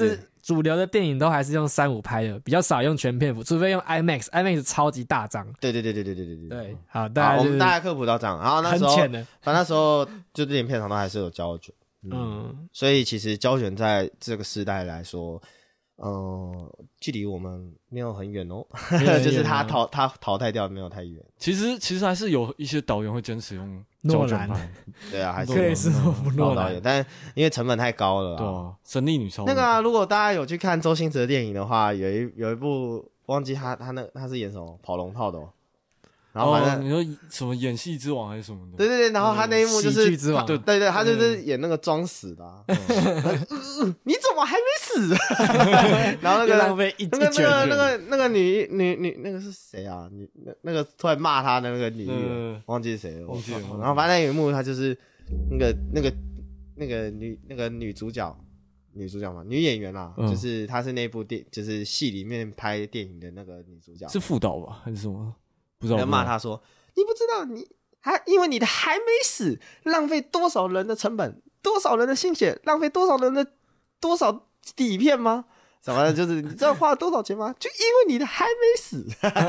主流的电影都还是用35拍的，比较少用全片幅，除非用 IMAX 超级大张。 对， 对，好， 好， 大家我们大概科普到这样。然后那很时候， 浅的， 反正那时候就电影片场都还是有胶卷，所以其实胶卷在这个时代来说，距离我们没有很远哦，就是它淘汰掉没有太远。 其实还是有一些导演会坚持用诺兰， 对啊，还是可以说诺兰， 但因为成本太高了， 对啊，神力女超人那个啊，如果大家有去看周星驰的电影的话，有一部忘记他是演什么跑龙套的哦。然后反正你说什么演戏之王还是什么的？ 对，然后他那一幕就是喜剧之王， 对，他就是演那个装死的啊，你怎么还没死？然后那个浪费一卷那个女那个是谁啊？那个突然骂他的那个女的，忘记是谁了， 忘记了。 然后反正有一幕，他就是那个女主角嘛，女演员啦，就是她是那部就是戏里面拍电影的那个女主角， 是副导吧还是什么？不知道。 人骂他说：“你不知道因为你的还没死，浪费多少人的成本，多少人的心血，浪费多少人的多少底片吗？什么的，就是你知道花了多少钱吗？就因为你的还没死。”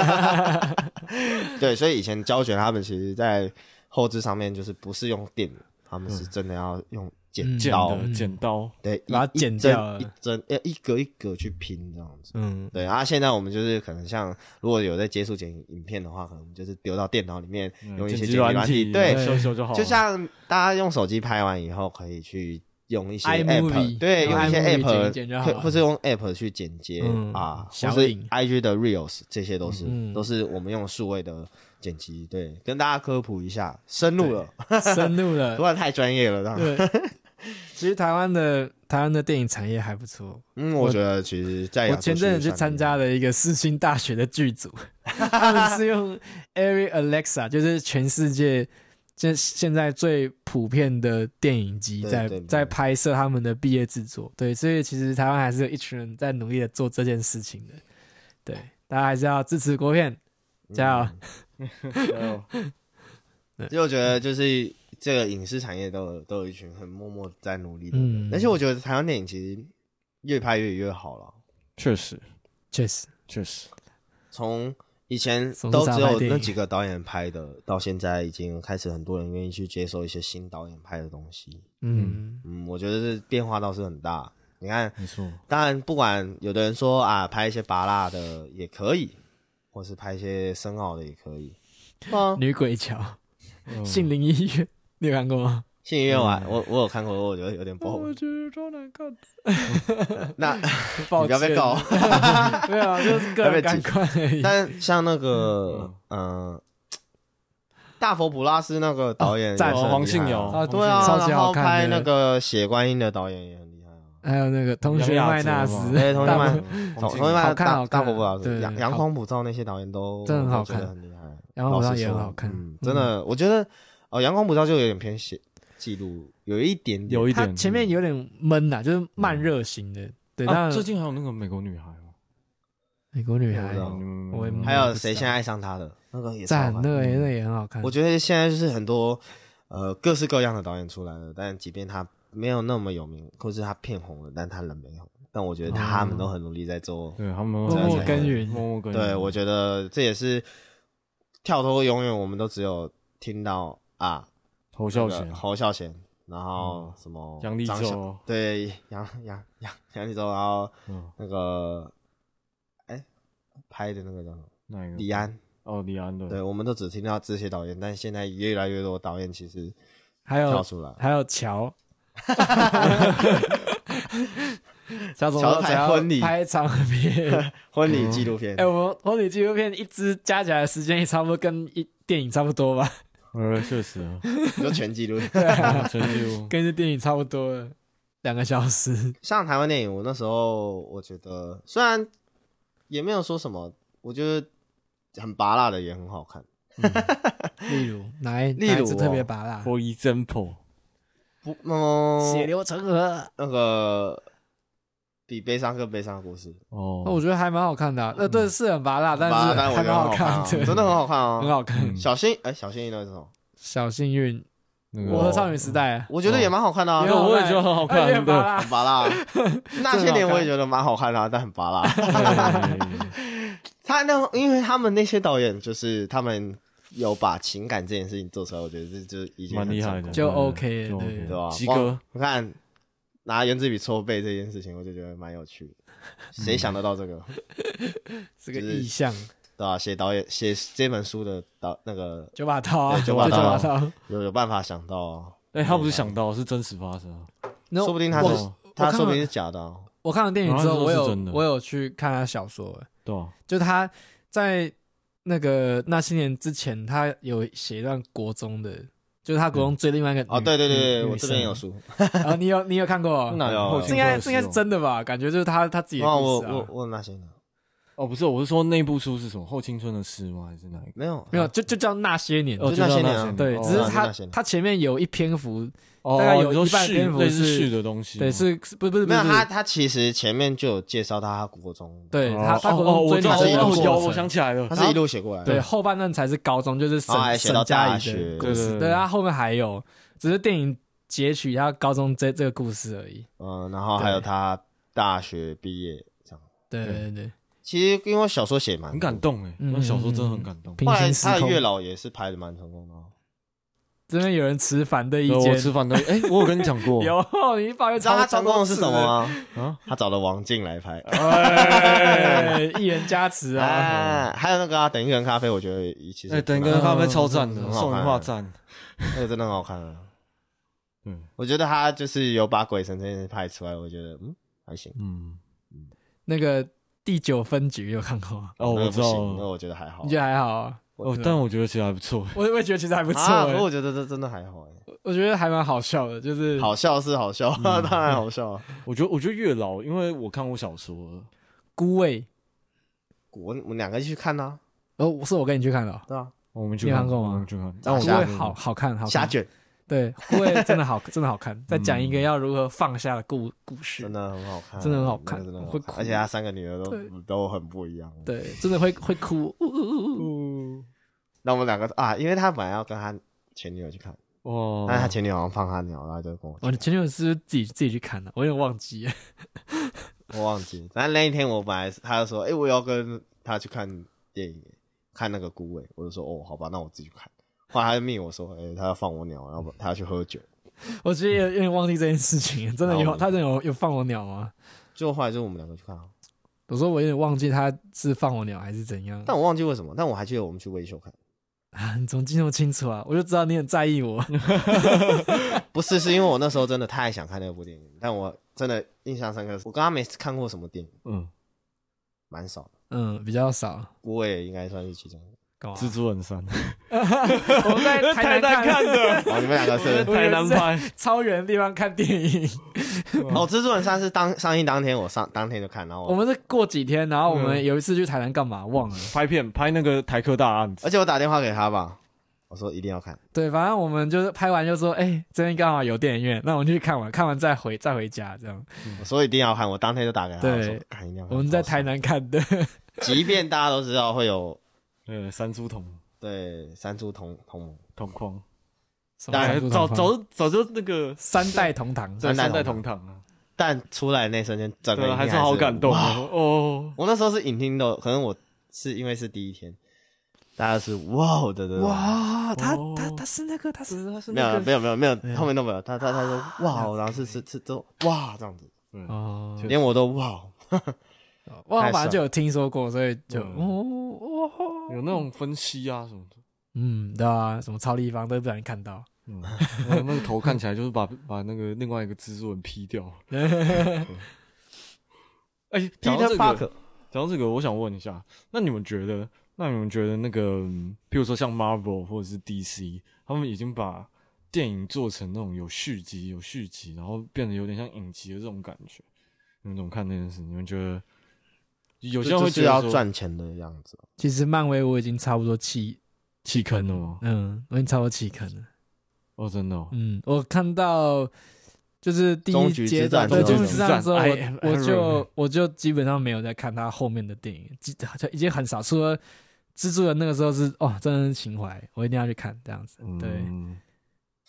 对，所以以前胶卷他们其实在后置上面就是不是用电，他们是真的要用剪刀， 对， 把它剪掉， 一针一格一格去拼这样子。对啊，现在我们就是可能像如果有在接触剪影片的话，可能就是丢到电脑里面，用一些剪辑软体，对， 修就好了。 就像大家用手机拍完以后，可以去用一些 iMovie， 对，用一些 app， 或是用 app 去剪接啊，或是 IG 的 Reels， 这些都是我们用数位的剪辑。对，跟大家科普一下，深入了，突然太专业了， 对。其实台湾的电影产业还不错， 我觉得其实在我前阵子去参加了一个世新大学的剧组，他们是用 Arri Alexa， 就是全世界现在最普遍的电影机在拍摄他们的毕业制作。对，所以其实台湾还是有一群人在努力的做这件事情的。对，大家还是要支持国片，加油！ 加油！所以我觉得就是这个影视产业都有一群很默默在努力的人，而且我觉得台湾电影其实越拍越好了。 确实， 从以前都只有那几个导演拍的，到现在已经开始很多人愿意去接受一些新导演拍的东西。我觉得这变化倒是很大。你看， 没错。 当然，不管有的人说啊，拍一些拔辣的也可以，或是拍一些深奥的也可以。 女鬼桥。杏林医院，你有看过吗？ 杏林医院我有看过，我觉得有点不好。 我觉得超难看。 那你不要被告。 没有，就是个人感官而已。 但像那个大佛普拉斯那个导演黄信尧， 对啊，然后拍那个血观音的导演也很厉害啊。 还有那个同学麦纳斯， 同学麦大佛普拉斯、阳光普照那些导演都真的很好看， 很厉害。 阳光普照也很好看， 真的，我觉得阳光普照就有点偏记录，有一点， 它前面有点闷呐，就是慢热型的。对， 最近还有那个美国女孩吗？ 美国女孩， 还有谁先爱上她的那个也赞，那个也很好看。 我觉得现在就是很多各式各样的导演出来了，但即便他没有那么有名，或是他片红了，但他人没红。但我觉得他们都很努力在做， 对他们默默耕耘。 对，我觉得这也是跳脱永远我们都只有听到侯孝贤， 然后什么杨力州， 对杨力州，然后那个拍的那个叫什么？ 哪一个？ 李安。 李安的。 对，我们都只听到这些导演，但现在越来越多导演其实跳出来， 还有乔。 乔拍婚礼， 拍长片， 婚礼纪录片。 我们婚礼纪录片一支加起来的时间也差不多跟电影差不多吧？ 确实啊， 你说全纪录， 对啊， 全纪录跟这电影差不多了，2个小时。 像台湾电影，我那时候我觉得虽然也没有说什么，我觉得很拔辣的也很好看。 例如哪一支特别拔辣？ For example， 血流成河， 那个比悲伤更悲伤的故事。 我觉得还蛮好看的。对，是很拔辣，但是还蛮好看的， 真的很好看哦， 很好看。 小幸运那是什么？ 小幸运那个我的少女时代， 我觉得也蛮好看的啊， 对，我也觉得很好看， 有点拔辣很拔辣。那些年我也觉得蛮好看的啊，但很拔辣。因为他们那些导演就是他们有把情感这件事情做出来，我觉得这就已经蛮厉害的， 就 OK， 就对对吧？ 鸡哥， 我看拿原子笔戳背这件事情，我就觉得蛮有趣的。谁想得到这个？ 这个意象， 对吧？写这本书的那个九把刀啊， 对九把刀刀， 有办法想到啊。 他不是想到是真实发生啊， 说不定他说不定是假的啊。 我看了电影之后， 哦我有去看他小说， 对啊， 就他在那些年之前，他有写一段国中的，就是他国中追另外一个对，我这边有书。 啊，你有看过？ 哪有？ 这应该是真的吧？感觉就是他自己的故事啊。 我那些呢？ 哦，不是，我是说那部书是什么？后青春的诗吗？还是哪一个？ 没有，就叫那些年， 就那些年。 对，只是他前面有一篇幅。大概有一半篇幅是序的东西， 对，是不是没有他其实前面就有介绍他国中， 对他国中追女生的过程， 我想起来了， 他是一路写过来， 对，后半段才是高中，就是沈佳宜的故事，对，他后面还有，只是电影截取他高中这个故事而已， 然后还有他大学毕业这样， 对， 其实因为小说写蛮很感动哎，那小说真的很感动， 后来他的月老也是拍的蛮成功的。 这边有人持反对意见， 我持反对，我有跟你讲过， 有，你抱怨知道他成功的是什么吗？啊，他找了王静来拍， 一人加持啊，还有那个等一个人咖啡，我觉得其实等一个人咖啡超赞的，宋文化赞， 那个真的很好看啊。我觉得他就是有把鬼神这件事拍出来，我觉得还行， 那个第9分局有看过吗？ 我知道， 那我觉得还好， 你觉得还好啊？ 但我觉得其实还不错， 我也觉得其实还不错， 我觉得这真的还好， 我觉得还蛮好笑的，就是好笑是好笑，当然好笑。 我觉得月老，因为我看过小说了， 孤味， 我们两个一起去看啊。 是我跟你去看的， 对啊， 我们去看过吗？我们去看， 但孤味好看， 虾卷， 对，孤味真的好看，再讲一个要如何放下的故事， 真的很好看， 真的很好看， 会哭，而且他3个女儿都很不一样， 对，真的会哭。 那我们两个因为他本来要跟他前女友去看，但是他前女友好像放他鸟，然后就跟我。 我前女友是自己去看的，我有点忘记了， 我忘记。反正那一天我本来他就说，我要跟他去看电影，看那个孤味，我就说好吧，那我自己去看。后来他就密我说，他要放我鸟，然后他要去喝酒。 我其实有点忘记这件事情，真的他真的有放我鸟吗？ 就后来就我们两个去看啊。 我说我有点忘记他是放我鸟还是怎样， 但我忘记为什么，但我还记得我们去微秀看。 你怎么记那么清楚啊？我就知道你很在意我。 不是因为我那时候真的太想看那部电影，但我真的印象深刻。我跟他没看过什么电影，蛮少的， 比较少。 我也应该算是其中一个。 蜘蛛人3， 我们在台南看的。 你们两个是台南拍， 超远的地方看电影。 蜘蛛人3是上映当天，我当天就看，然后我们是过几天，然后我们有一次去台南干嘛忘了， 拍那个台科大案子， 而且我打电话给他吧，我说一定要看。 对，反正我们就是拍完就说，这边刚好有电影院，那我们就去看完，看完再回家这样。 我说一定要看，我当天就打给他， 对， 我说看一定要看。 我们在台南看的， 即便大家都知道会有山猪同， 对，山猪同框。 但早就那个 3代同堂， 三代同堂啊！ 但出来那瞬间，整个还是好感动哦！ 我那时候是影厅的，可能我是因为是第一天，大家是哇的哇，他是那个他是没有，后面都没有，他说哇，然后是都哇这样子，连我都哇， 我好像就有听说过，所以就有那种分析啊什么的， 对啊，什么超立方都不小心看到。 那个头看起来就是把那个另外一个蜘蛛人劈掉。讲到这个，我想问一下，那你们觉得那个，譬如说像 Marvel 或者是 DC， 他们已经把电影做成那种有续集，然后变得有点像影集的这种感觉，你们怎么看那件事？你们觉得有些人会觉得要赚钱的样子？ 其实漫威我已经差不多弃坑了吗？ 我已经差不多弃坑了。 真的我看到就是第一阶段，对终局之战之后，我就基本上没有在看他后面的电影，已经很少。除了蜘蛛人那个时候是真的是情怀，我一定要去看这样子。对，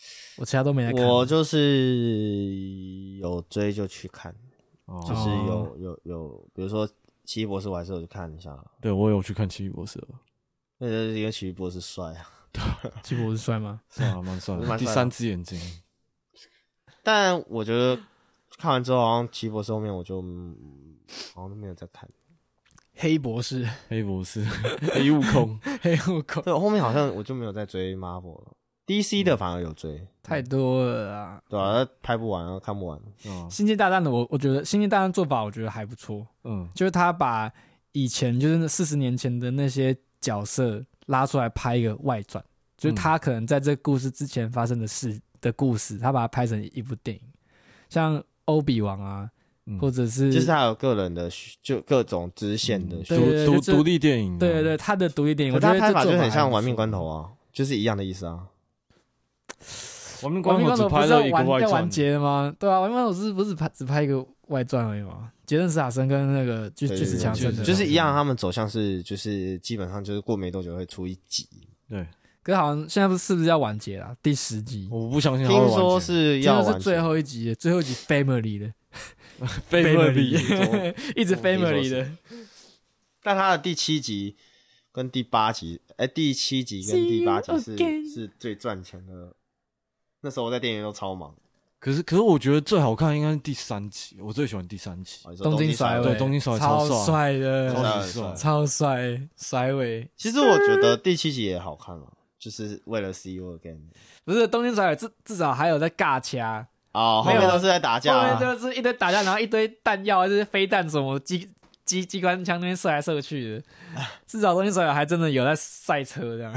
我其他都没在看。 我就是有追就去看，就是有，比如说奇异博士，我还是有去看一下。 对，我有去看奇异博士了。 因为奇异博士帅啊， 奇异博士帅吗？ 帅啊，蛮帅的。 蛮帅的第三只眼睛， 但我觉得看完之后，好像奇异博士后面我就好像都没有再看。 黑博士， 黑博士，黑悟空， 黑悟空， 对，后面好像我就没有再追 Marvel 了，DC 的反而有追， 太多了啊。 对啊，拍不完，看不完。 星际大战的我觉得星际大战做法我觉得还不错，就是他把以前就是40年前的那些角色拉出来拍一个外传，就是他可能在这个故事之前发生的事的故事，他把它拍成一部电影，像欧比王啊，或者是就是他有个人的就各种支线的独立电影， 对对对，他的独立电影，我觉得他拍法就很像玩命关头啊，就是一样的意思啊。 玩命关头只拍了一个外传， 要完结的吗？对啊，玩命关头不是只拍一个外传而已吗？杰森·斯坦森跟那个巨石强森就是一样，他们走向是就是基本上就是过没多久会出一集。 对， 可是好像现在是不是要完结了？第10集， 我不相信。 听说是要完结， 是最后一集，最后一集 Family 的 ，Family 一直 Family 的。 但他的第7集跟第8集，第7集跟第8集是最赚钱的。那时候我在电影院都超忙。 可是我觉得最好看应该是第3集，我最喜欢第3集。 东京甩尾， 对，东京甩尾超帅的， 超帅，甩尾。 其实我觉得第7集也好看了，就是为了 See You Again。 不是东京甩尾，至少还有在尬掐哦，后面都是在打架， 后面就是一堆打架，然后一堆弹药，就是飞弹什么机关枪那边射来射去的。至少东京甩尾还真的有在赛车这样。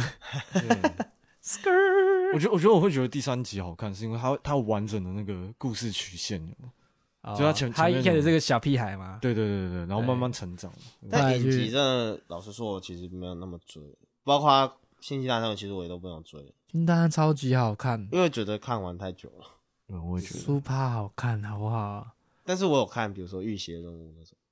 我觉得我会觉得第3集好看，是因为它有完整的那个故事曲线，就他一开始这个小屁孩嘛， 对，然后慢慢成长。 但影集真的，老实说，我其实没有那么追，包括星际大战，其实我也都不想追。 星际大战超级好看， 因为觉得看完太久了。 我也觉得。 Super 好看，好不好？ 但是我有看，比如说浴血任务那种。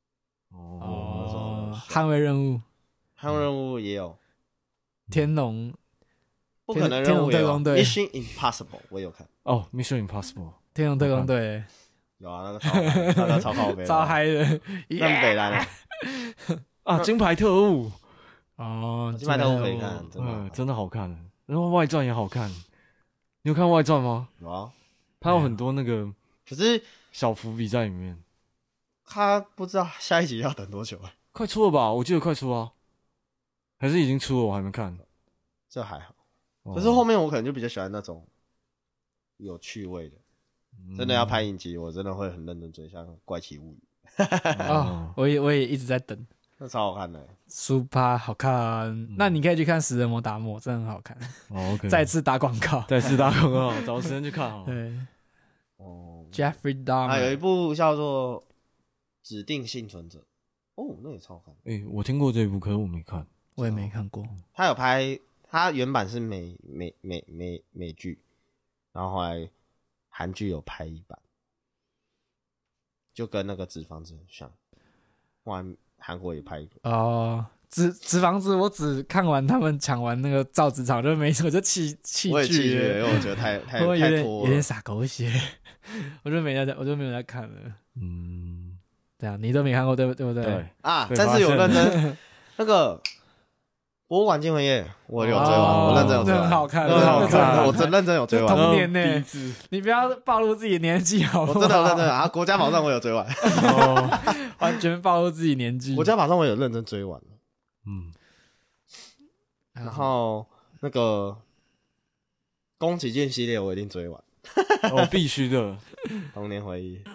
捍卫任务， 捍卫任务也有。 天龙。 不可能任务也有 Mission Impossible 我也有看 Mission Impossible 天龙特工队有啊，那个超靠北超嗨的， 那北兰啊，金牌特务金牌特务可以看， 真的好看，然后外传也好看，你有看外传吗？ 有啊， 它有很多那个可是小伏笔在里面， 他不知道下一集要等多久啊？ 快出了吧？我记得快出啊，还是已经出了？我还没看， 这还好。可是后面我可能就比较喜欢那种有趣味的，真的要拍影集，我真的会很认真追，像《怪奇物语》 我也一直在等， 那超好看的 ，Super 好看。那你可以去看《食人魔达摩》，真的很好看。 OK， 再次打广告， 找时间去看好。 对，Jeffrey Dahmer 有一部叫做《指定幸存者》，那也超好看。 我听过这一部，可是我没看， 我也没看过。 他有拍。它原版是美剧，然后后来韩剧有拍一版，就跟那个纸房子很像。后来韩国也拍一个。 纸房子我只看完他们抢完那个造纸厂就没什么，就弃剧了， 因为我觉得太拖了， 有点洒狗血，我就没有在看了。这样你都没看过对不对？ 对啊，但是有认真那个。博物馆惊魂夜，我有追完，我认真有追完， 很好看， 我真认真有追完。 童年呢，你不要暴露自己年纪好不好？ 我真的有认真啊！国家宝藏我有追完， 完全暴露自己年纪。 国家宝藏我有认真追完，然后那个宫崎骏系列我一定追完， 必须的， 童年回忆。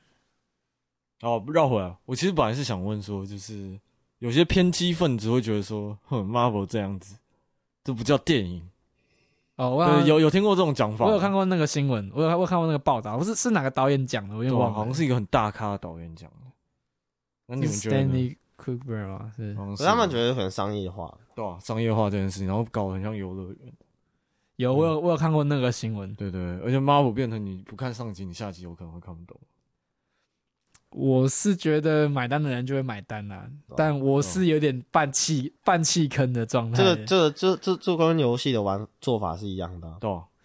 绕回来，我其实本来是想问说，就是有些偏激分子会觉得说，Marvel 这样子，这不叫电影。有听过这种讲法？ 我有看过那个新闻，我有看过那个报道，是哪个导演讲的？我有点忘了， 好像是一个很大咖的导演讲的。那你们觉得 Stanley Kubrick 吗？ 是他们觉得可能商业化， 对吧？商业化这件事情，然后搞得很像游乐园。 我有看过那个新闻， 对，而且 Marvel 变成你不看上集，你下集有可能会看不懂。 我是觉得买单的人就会买单啦，但我是有点半弃坑的状态。 这跟游戏的做法是一样的， 对。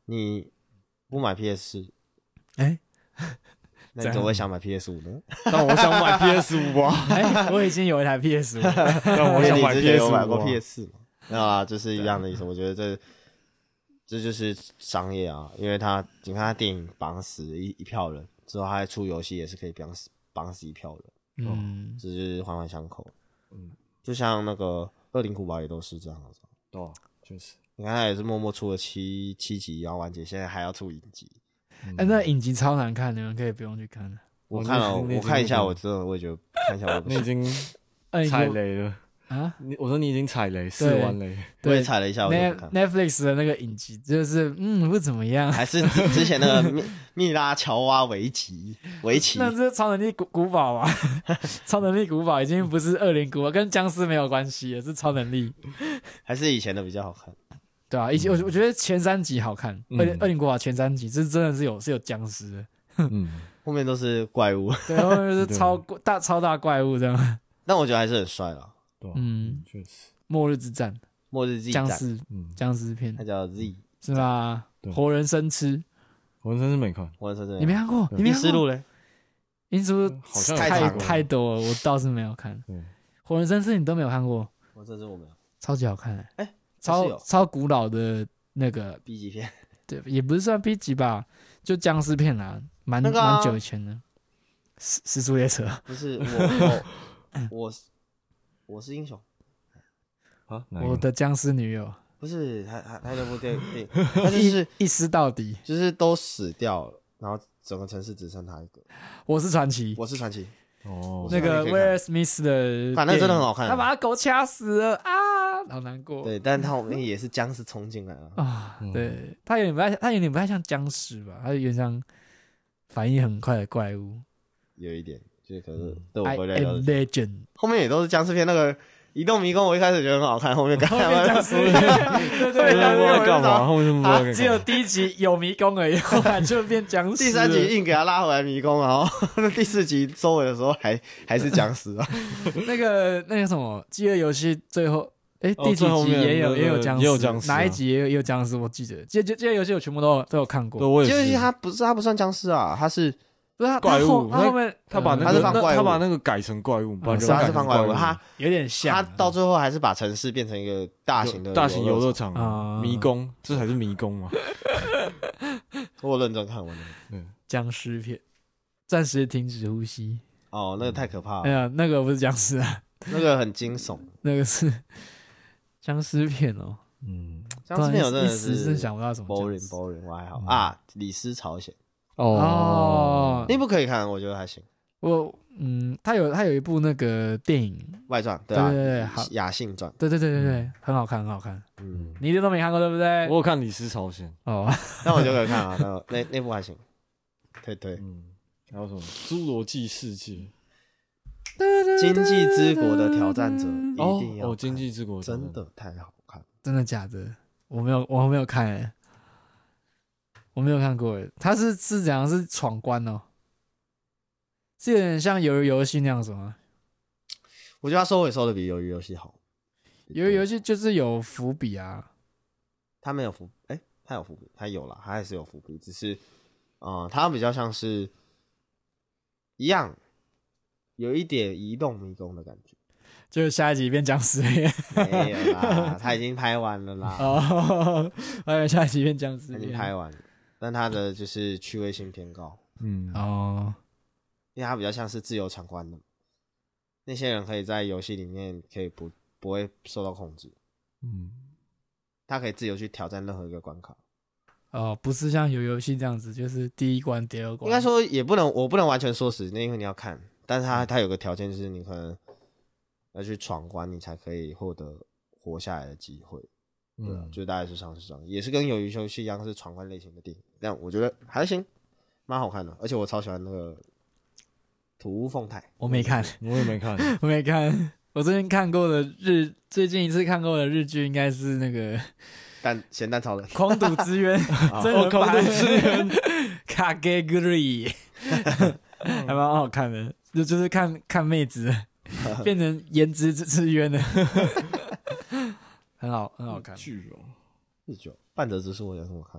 你不买 PS4， 哎， 那你怎么会想买 PS5 呢？ 但我想买 PS5 啊， 哎，我已经有一台 PS5， 但我想买因为你之前有 PS5 买过啊。 PS4 嘛？没有啊，就是一样的意思。我觉得这就是商业啊，因为你看他电影绑死一票人，之后他还出游戏也是可以绑死一票人， 嗯， 只是环环相扣。就像那个《恶灵古堡》也都是这样子。 对啊，确实。 你看他也是默默出了七集，然后完结，现在还要出影集。 哎，那影集超难看，你们可以不用去看了。 我看了， 你已经我看一下，我真的我也觉得看一下我不行。 你已经踩雷了啊！ 我说你已经踩雷4万雷， 我也踩了一下，我就不看。 Netflix 的那个影集就是不怎么样， 还是之前那个蜜拉乔瓦围棋， 那是超能力古堡啊！超能力古堡已经不是恶灵古堡，跟僵尸没有关系了，是超能力。 还是以前的比较好看。 对啊，以前我觉得前3集好看，恶灵古堡前3集是真的是有僵尸的， 后面都是怪物。 对，后面就是超大怪物这样。 但我觉得还是很帅啦。 确实。 末日之战， 末日 Z 战僵尸片， 它叫 Z 是吧？活人生吃， 活人生是没看， 活人生真你没看过？你没看过？ 阴尸路嘞？ 阴尸路好像太多了，我倒是没有看。活人生吃你都没有看过？ 活人生我没有， 超级好看哎， 超古老的那个 B 级片， 对，也不是算 B 级吧，就僵尸片啦，蛮久以前的。时速列车不是我是英雄啊， 我的僵尸女友不是他那部电影，他就是一尸到底， 就是都死掉了，然后整个城市只剩他一个。 我是传奇， 我是传奇。 那个威尔史密斯的， 反正真的很好看。 他把他狗掐死了啊，好难过。 对，但他后面也是僵尸冲进来了啊。对，他有点不太像僵尸吧，他有点像反应很快的怪物。 有一点，就是可是对我回来 Legend 后面也都是僵尸片，那个移动迷宫我一开始觉得很好看，后面干嘛？ 僵尸对， 干嘛？后面不只有第1集有迷宫而已，后来就变僵尸。 第3集硬给他拉回来迷宫，然后第4集收尾的时候还是僵尸啊。 那个什么饥饿游戏最后。第几集也有僵尸，哪一集也有僵尸？我记得，这些游戏我全部都有看过。 饥饿游戏它不算僵尸啊，它是不是怪物。 他后面他把那个改成怪物， 他是放怪物，他有点像。 他到最后还是把城市变成一个大型游乐场迷宫，这才是迷宫嘛。 我认真看完了。 僵尸片，暂时停止呼吸。 哦，那个太可怕了。 哎呀，那个不是僵尸啊， 那个很惊悚。 那个是僵尸片哦。 僵尸片我真的是想不到什么 boring， 我还好啊。李斯朝鲜那部可以看，我觉得还行。 他有一部那个电影外传，对啊， 对， 雅信传， 对，很好看。你一定都没看过对不对？ 我有看李斯朝鲜哦，那我就可以看啊，那部还行，对。 还有什么《侏罗纪世界》？ 经济之国的挑战者一定要经济之国真的太好看， 真的假的？我没有看欸，我没有看过欸。他是怎样？是闯关哦？是有点像鱿鱼游戏那样子吗？ 我觉得他收尾收的比鱿鱼游戏好。 鱿鱼游戏就是有伏笔啊， 他没有伏，他有伏笔，他有啦，他还是有伏笔，只是他比较像是一样。有一点移动迷宫的感觉， 就是下一集变僵尸片。 没有啦，他已经拍完了啦。 哦，我以为下一集变僵尸片， 已经拍完了，但他的就是趣味性偏高。因为他比较像是自由闯关的，那些人可以在游戏里面可以不会受到控制。他可以自由去挑战任何一个关卡。 不是像有游戏这样子，就是第1关、第2关。 应该说我不能完全说死，因为你要看。但是他有个条件，就是你可能要去闯关，你才可以获得活下来的机会。就大概是像是这样，也是跟鱿鱼游戏一样是闯关类型的电影，但我觉得还行，蛮好看的。而且我超喜欢那个土屋凤太。 我没看， 我也没看， 我没看。我最近一次看过的日剧应该是那个咸蛋超人狂赌之渊，真人狂赌之渊卡给格里，还蛮好看的。就是看妹子变成颜值之渊的，很好看。 剧哦， 日剧半泽直树我有什么看的？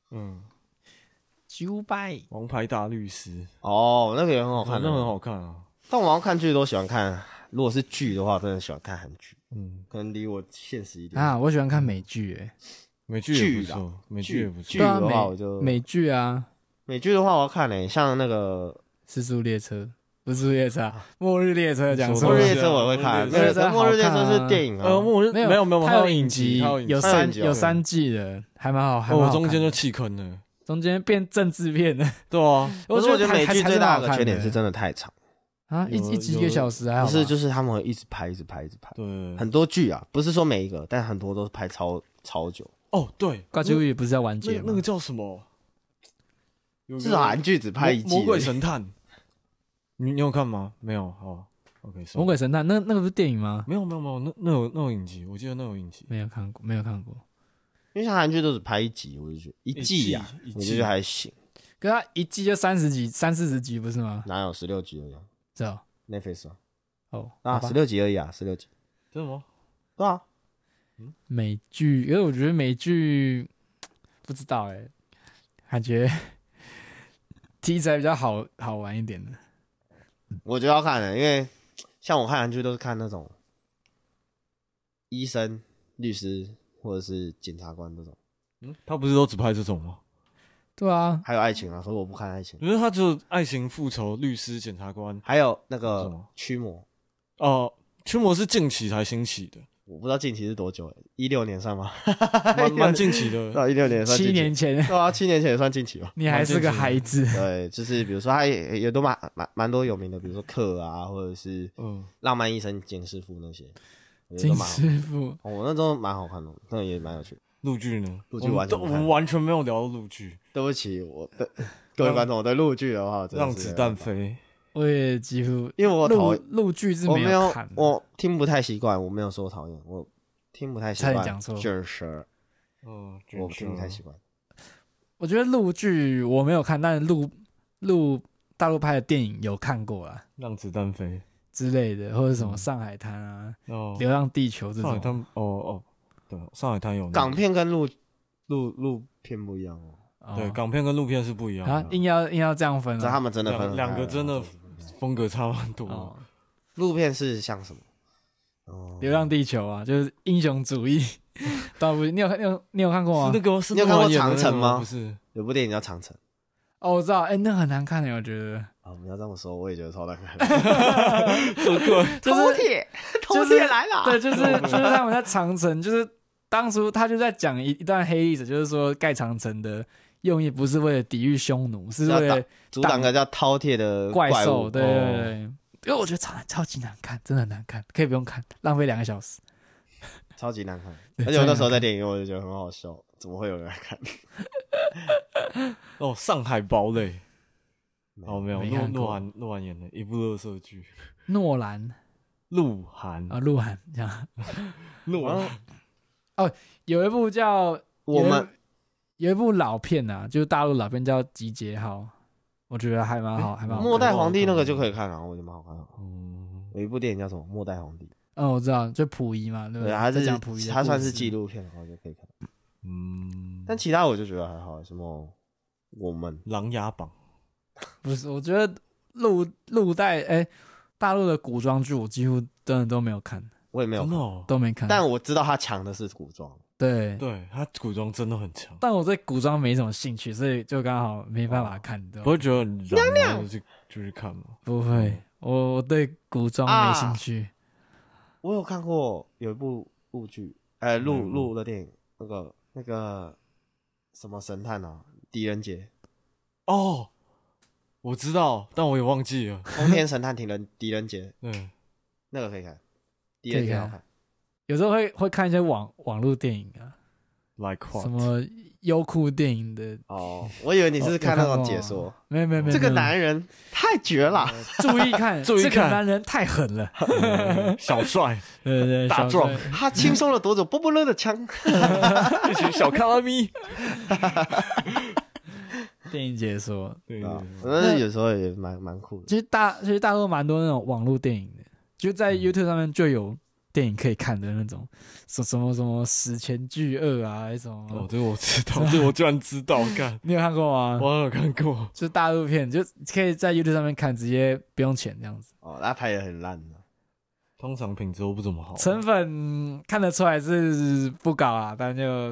九百王牌大律师， 哦，那个也很好看， 那很好看啊。 但我要看剧都喜欢看，如果是剧的话，真的喜欢看韩剧。可能离我现实一点啊，我喜欢看美剧美剧也不错，美剧也不错。 剧的话，我就美剧啊， 美剧的话我要看像那个 《失速列车》不是速列车啊，末日列车讲末日列车我会看，末日列车是电影啊， 末日没有， 它有影集，有有 3季的，还蛮好，还蛮好看。 中间就弃坑了， 中间变政治片了。 对啊， 我觉得美剧最大的缺点是真的太长啊，一集1个小时还好。 不是，就是他们会一直拍， 对， 很多剧啊，不是说每一个，但很多都是拍超久。 哦，对， 挂剧也不是要完结吗？ 那个叫什么？ 至少韩剧只拍1季。 魔鬼神探，你有看吗？没有，哦 ，OK。 魔鬼神探那个不是电影吗？ 没有，那有影集，我记得那有影集， 没有看过。 因为像韩剧都只拍1集，我就觉得1季啊，我觉得还行。 可是它1季就30集、30集不是吗？ 哪有16集而已？ 是哦 ，Netflix 啊。 哦啊，16集而已啊，16集。 真的吗？ 对啊。 美剧，因为我觉得美剧不知道感觉题材比较好玩一点的。 我就要看了，因为像我看韩剧都是看那种医生、律师或者是检察官这种。 他不是都只拍这种吗？ 对啊， 还有爱情啊，所以我不看爱情。 因为他只有爱情、复仇、律师、检察官， 还有那个驱魔。 驱魔是近期才兴起的， 我不知道近期是多久，16年算吗？ 蛮近期的。 对，16年算近期。 7年前。 对啊，7年前也算近期吧。 你还是个孩子。 对，就是比如说他也都蛮多有名的，比如说克啊，或者是浪漫医生金师傅那些。 金师傅， 我那都蛮好看的，那也蛮有趣的。 陆剧呢？ 陆剧完全我们完全没有聊到陆剧。 对不起，各位观众，我对陆剧的话， 让子弹飞。 我也几乎， 因为我讨厌陆剧是没有看， 我听不太习惯。我没有说讨厌，我听不太习惯。 差点讲错， 就是我听不太习惯。 我觉得陆剧我没有看，但是大陆拍的电影有看过啦， 让子弹飞之类的，或者什么上海滩啊、流浪地球这种。 上海滩对，上海滩有港片跟陆片不一样哦。 对，港片跟陆片是不一样的。 啊，硬要这样分啊？ 他们真的分两个真的风格差很多。 陆片是像什么？ 流浪地球啊，就是英雄主义。你有看过吗？ 你有看过长城吗？ 不是， 有部电影叫长城。 哦，我知道，那很难看的，我觉得。 你要这么说，我也觉得超难看。 饕餮来了。 对，就是他们在长城，就是当初他就在讲一段黑历史，就是说盖长城的用意不是为了抵御匈奴，是为了阻挡个叫饕餮的怪兽。对。因为我觉得超级难看，真的很难看，可以不用看，浪费2个小时。 超级难看，而且我那时候在电影院，我就觉得很好笑，怎么会有人来看？ 上海堡垒。没有，诺兰演的一部垃圾剧。 诺兰， 鹿晗啊，鹿晗这样。有一部叫有一部老片啊，就是大陆老片叫《集结号》，我觉得还蛮好，还蛮好。 末代皇帝那个就可以看了，我觉得蛮好看的。有一部电影叫什么《末代皇帝》。 我知道，就溥仪嘛，对不对？ 他是讲溥仪， 他算是纪录片的话就可以看。但其他我就觉得还好，什么我们 《琅琊榜》。 不是，我觉得大陆的古装剧我几乎真的都没有看， 我也没有看， 都没看。 但我知道他强的是古装， 对， 他古装真的很强。 但我对古装没什么兴趣，所以就刚好没办法看。 不会觉得很娘娘就去看吗？ 不会，我对古装没兴趣。 我有看过有一部陆剧，陆的电影，那个什么神探啊，狄仁杰。 我知道，但我也忘记了。 通天神探狄仁杰，那个可以看，狄仁杰好看。 有时候会看一些网络电影啊 ，like what？ 什么优酷电影的。 我以为你是看那种解说。 没有， 这个男人太绝了， 注意看，这个男人太狠了， 小帅， 对， 大壮， 他轻松了夺走波波勒的枪， 一群小卡拉咪。 电影解说， 对，那有时候也蛮酷的。 其实大陆蛮多那种网络电影的，就在 YouTube 上面就有电影可以看的那种，什么史前巨鳄啊，还是什么？ 这个我知道，这个我居然知道，干， 你有看过吗？ 我有看过， 就大陆片，就可以在 YouTube 上面看，直接不用钱这样子。 哦，那拍的很烂的。 通常品质都不怎么好。 成本看得出来是不高啊，但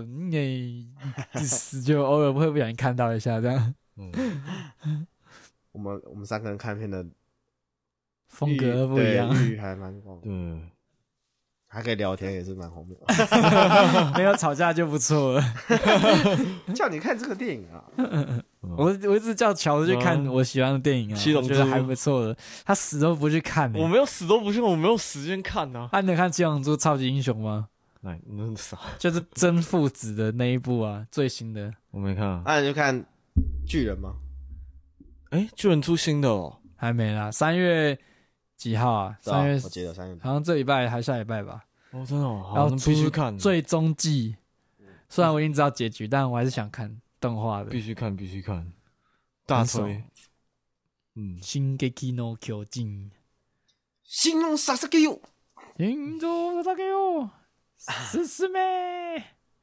就偶尔会不小心看到一下这样。 我们三个人看片的风格不一样， 域还蛮广， 对， 还可以聊天，也是蛮荒谬。 没有吵架就不错了。 叫你看这个电影啊！ 我一直叫乔去看我喜欢的电影啊， 七龙珠我觉得还不错的。他死都不去看我没有死都不信，我没有时间看啊。 你有看《七龙珠超级英雄》吗？ 那是啥？ 就是真父子的那一部啊，最新的。 我没看。 那你就看巨人吗？ 巨人出新的哦？ 还没啦，3月几号啊？3月， 我记得3月， 好像这礼拜还下礼拜吧。 真的哦， 然后必须看最终季。虽然我已经知道结局，但我还是想看动画的。 必须看，大推。 進撃の巨人。 新龙萨萨给yo， 新中萨萨给yo，進め。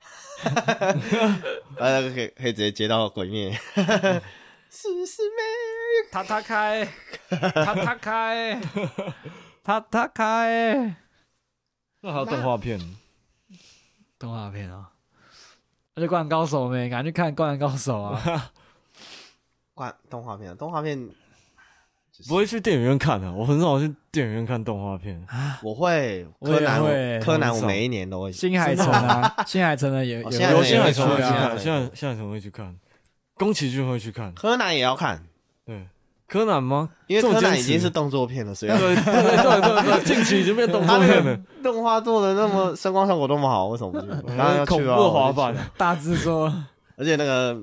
可以直接接到鬼灭。進め。 戦え。 那还有动画片？ 动画片啊，而且《灌篮高手》没，赶快去看《灌篮高手》啊！ 动画片不会去电影院看的，我很少去电影院看动画片。 我会，柯南我每一年都会。 新海诚啊，新海诚的有新海诚会去看，新海诚会去看，宫崎骏会去看， 柯南也要看。 对，柯南吗？ 因为柯南已经是动作片了，所以对，近期已经变动作片了。 动画做的那么声光效果那么好，为什么不去？当然要去啊！ 恐怖滑板， 大制作， 而且那个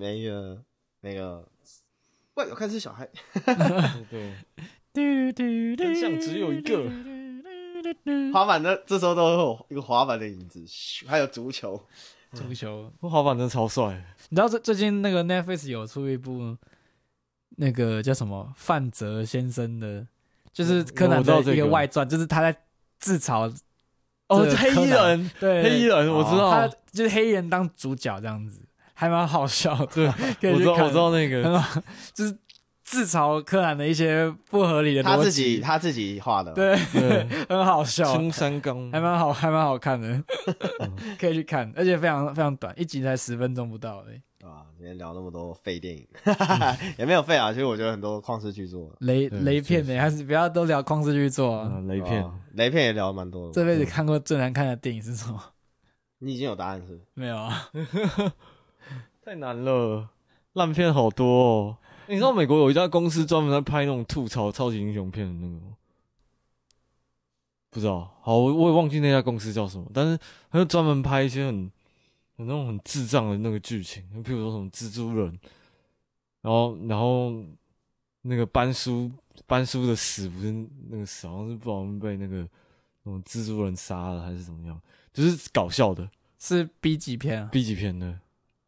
怪有看是小孩。 对，真相只有一个。 滑板的这时候都会有一个滑板的影子，还有足球。 滑板真的超帅。 你知道最近那个 Netflix 有出一部那个叫什么范泽先生的，就是柯南的一个外传，就是他在自嘲。 黑衣人， 对， 黑衣人，我知道， 他就是黑衣人当主角这样子，还蛮好笑的。对， 我知道那个， 就是自嘲柯南的一些不合理的逻辑， 他自己画的， 对，很好笑。 青山刚还蛮好看的，可以去看，而且非常非常短，一集才10分钟不到而已。 啊，今天聊那么多废电影，也没有废啊。其实我觉得很多旷世巨作， 雷片呢，还是不要都聊旷世巨作啊。 雷片也聊蛮多的。 这辈子看过最难看的电影是什么？ 你已经有答案是？ 没有啊， 太难了，烂片好多哦。你知道美国有一家公司专门在拍那种吐槽超级英雄片的那个吗？不知道，好，我也忘记那家公司叫什么，但是他就专门拍一些有那种很智障的那个剧情，譬如说什么蜘蛛人，然后那个班叔的死不是那个死，好像是不知道被那个什么蜘蛛人杀了还是怎么样，就是搞笑的， 是 B 级片啊 ，B 级片的。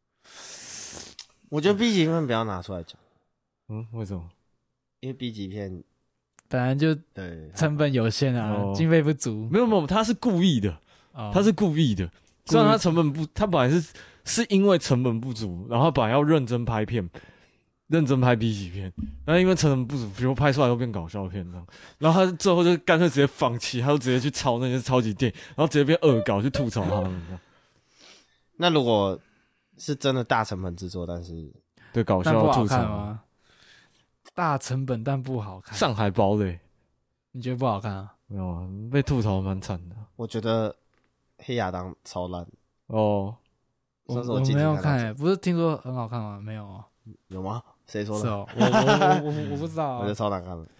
我觉得 B 级片不要拿出来讲。 为什么？ 因为 B 级片本来就对成本有限啊，经费不足。 没有，他是故意的，他是故意的。虽然他成本不，他本来是因为成本不足，然后他本来要认真拍片，认真拍 B 级片，然后因为成本不足，比如拍出来都变搞笑片这样，然后他最后就干脆直接放弃，他就直接去抄那些超级电影，然后直接变恶搞去吐槽他们这样。 那如果是真的大成本制作，但是对搞笑吐槽吗？大成本但不好看， 上海堡垒， 你觉得不好看啊？ 没有啊，被吐槽蛮惨的。 我觉得黑亚当超烂哦。 我没有看不是听说很好看吗？没有哦。 有吗？谁说的？ 是哦，我不知道。 我觉得超难看的。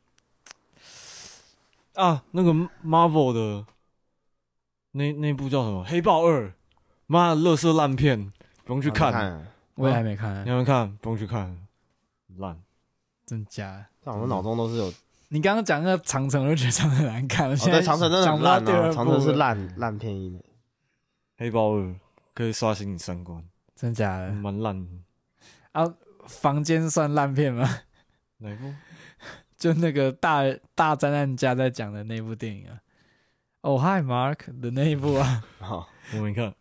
啊，那个 Marvel 的那部叫什么？黑豹2，妈的，垃圾烂片，不用去看。 我也还没看。 你还没看？不用去看，烂。 真假的？ 但我脑中都是有。 你刚刚讲那个长城，我就觉得长城很难看了。 对，长城真的很烂啊！长城是烂片一枚。 黑豹2可以刷新你3观。 真假的？ 蛮烂的。 啊，房间算烂片吗？ 哪一部？ 就那个大灾难家在讲的那部电影啊。 Oh Hi Mark 的那一部啊， 好， 我没看。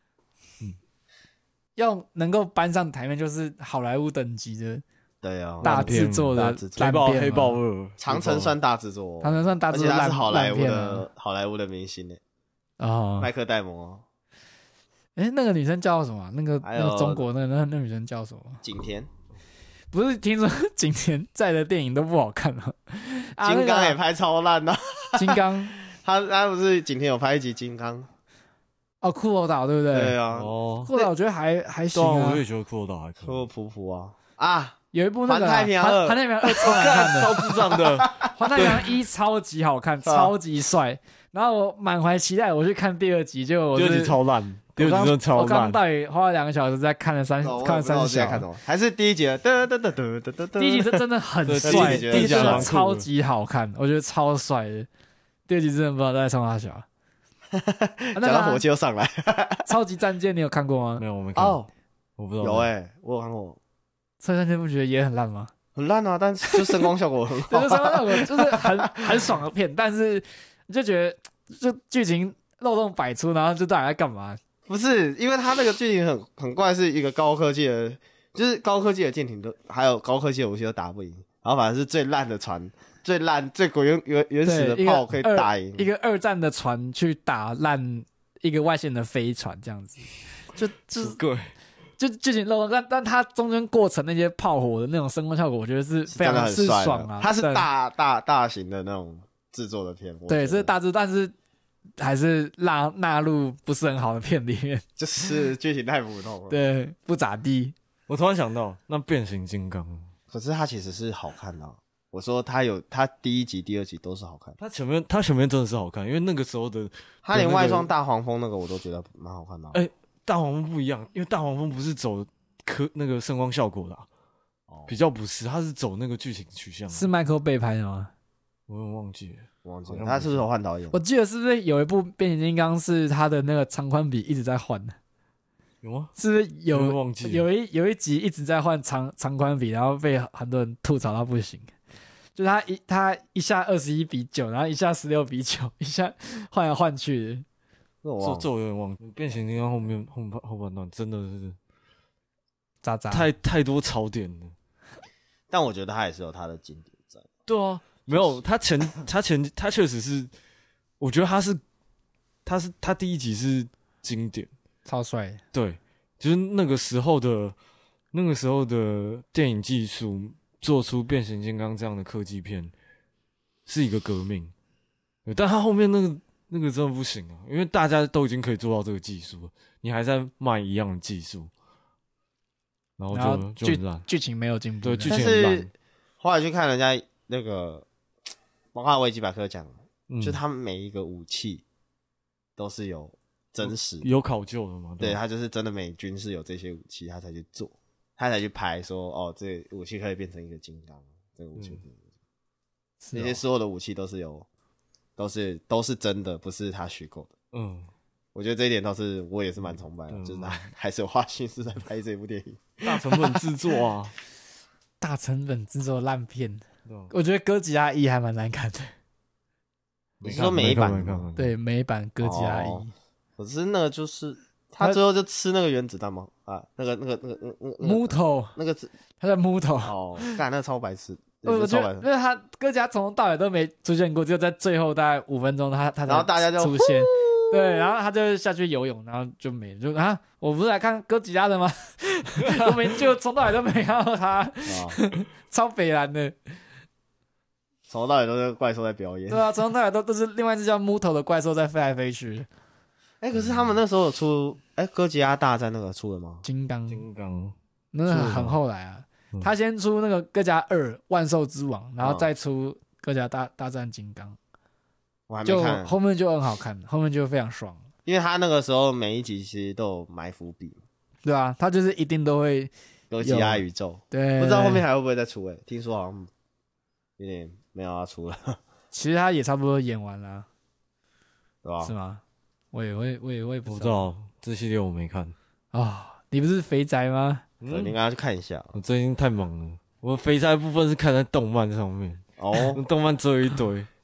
要能够搬上台面，就是好莱坞等级的对啊， 大制作的大制作烂片嘛黑豹2， 长城算大制作， 长城算大制而且他作烂是好莱坞烂片的好莱坞的明星呢， 哦。 麦克戴蒙哦， 那个女生叫什么啊？那个还有中国那女生叫什么？ 景甜， 不是听说景甜在的电影都不好看吗？啊， 金那个啊刚也拍超烂的， 金刚他不是景甜有拍一集金刚， 哦，骷髅岛对不对？ 对啊， 哦， 骷髅岛我觉得还行对啊， 啊我。也觉得骷髅岛还可以。 说普普啊， 有一部那个啊环太平洋2 环太平洋2超难看的， 超智障的， 环太平洋1超级好看， 是啊超级帅。然后我满怀期待我去看第二集，结果我第二集是超烂，第二集真的超我刚烂。 到底花了2个小时在看了看了我不知道 3 我在看什么，还是第一集的， 第一集是真的很对帅， 第一集第一集真的蛮酷的超级好看，我觉得超帅的。第二集真的不知道在冲啥小。啊那个啊讲到火气又上来， 超级战舰你有看过吗没？有，我没看， 哦， 我不知道。 有我有看过， 超级战舰不觉得也很烂吗？ 很烂啊，但是就声光效果很好对，就，效果就是很爽的片，但是你就觉得就剧情漏洞百出，然后就到底在干嘛？ 不是因为他那个剧情很怪，是一个高科技的，就是高科技的舰艇都还有高科技的武器都打不赢，然后反而是最烂的船。最烂、最原始对的炮可以打赢一个2战的船去打烂一个外线的飞船，这样子， 对， 就剧情漏洞，但它中间过程那些炮火的那种声光效果，我觉得是非真的常是很帅爽啊。 它是对大型的那种制作的片，我对， 觉得是大致，但是还是纳入不是很好的片里面， 就是剧情太普通了。， 对，不咋地。 我突然想到，那变形金刚， 可是它其实是好看的啊、我说它第一集、第二集都是好看的， 它前面真的是好看，因为那个时候的它连外装大黄蜂那个我都觉得蛮好看的啊、 哎大黄蜂不一样，因为大黄蜂不是走那个声光效果的、 哦比较不是，它是走那个剧情取向的。 是迈克尔贝拍的吗？ 我有点忘记了， 我忘记好像了他是不是有换导演？ 我记得是不是有一部变形金刚是它的那个长宽比一直在换的？ 有吗？ 是不是有点忘记了有一集一直在换长宽比，然后被很多人吐槽到不行。就是他一下21:9，然后一下16:9，一下换来换去的。 这我有点忘记。变形金刚后半段真的是渣渣太多槽点了。 但我觉得他也是有他的经典在。 对啊，没有他确实是，我觉得他第一集是经典， 超帅的。 对，就是那个时候的电影技术做出变形金刚这样的科技片是一个革命，对，但他后面那个真的不行啊，因为大家都已经可以做到这个技术了，你还在卖一样的技术，然后然后就很烂， 剧情没有进步。 对，剧但情很烂是，后来去看人家那个，包括维基百科讲，就他们每一个武器都是有真实的， 有考究的嘛， 对吧他就是真的美军是有这些武器，他才去做，他才去拍说哦，这武器可以变成一个金刚，这个武器可以变成是哦那些所有的武器都是真的，不是他虚构的。 嗯， 我觉得这一点我也是蛮崇拜的，就是他还是有花心思在拍这部电影。 大成本制作啊， 大成本制作烂片， 对啊我觉得哥吉拉1还蛮难看的。 你是说每一版的吗？ 对，美版哥吉拉哦 1， 可是那个就是他最后就吃那个原子弹吗？啊，那个木头， 那个是他在木头。 哦，干那个超白痴， 我觉得，因为他哥吉拉从头到尾都没出现过，只有在最后大概5分钟，他才然后大家就出现。对，然后他就下去游泳，然后就没了，就啊，我不是来看哥吉拉的吗？就从头到尾都没看到他， 啊， 超北蓝的。 从头到尾都是怪兽在表演。 对啊，从头到尾都是另外一只叫木头的怪兽在飞来飞去。 哎，可是他们那时候有出哥吉拉大战那个出了吗？ 金刚，那出了吗很后来啊， 嗯他先出那个哥吉拉2万兽之王，然后再出哥吉拉大战金刚，就我还没看， 后面就很好看，后面就非常爽。 因为他那个时候每一集其实都有埋伏笔， 对啊，他就是一定都会哥吉拉宇宙， 对， 不知道后面还会不会再出？听说好像有点没有要出了， 其实他也差不多演完了， 对吧是？吗？我也不知道我知道这系列我没看， 啊。你不是肥宅吗？ 对你应该要去看一下我最近太忙了，我肥宅部分是看在动漫上面， 哦。 动漫追一堆，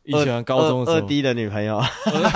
以前高中的时候 2D 的女朋友，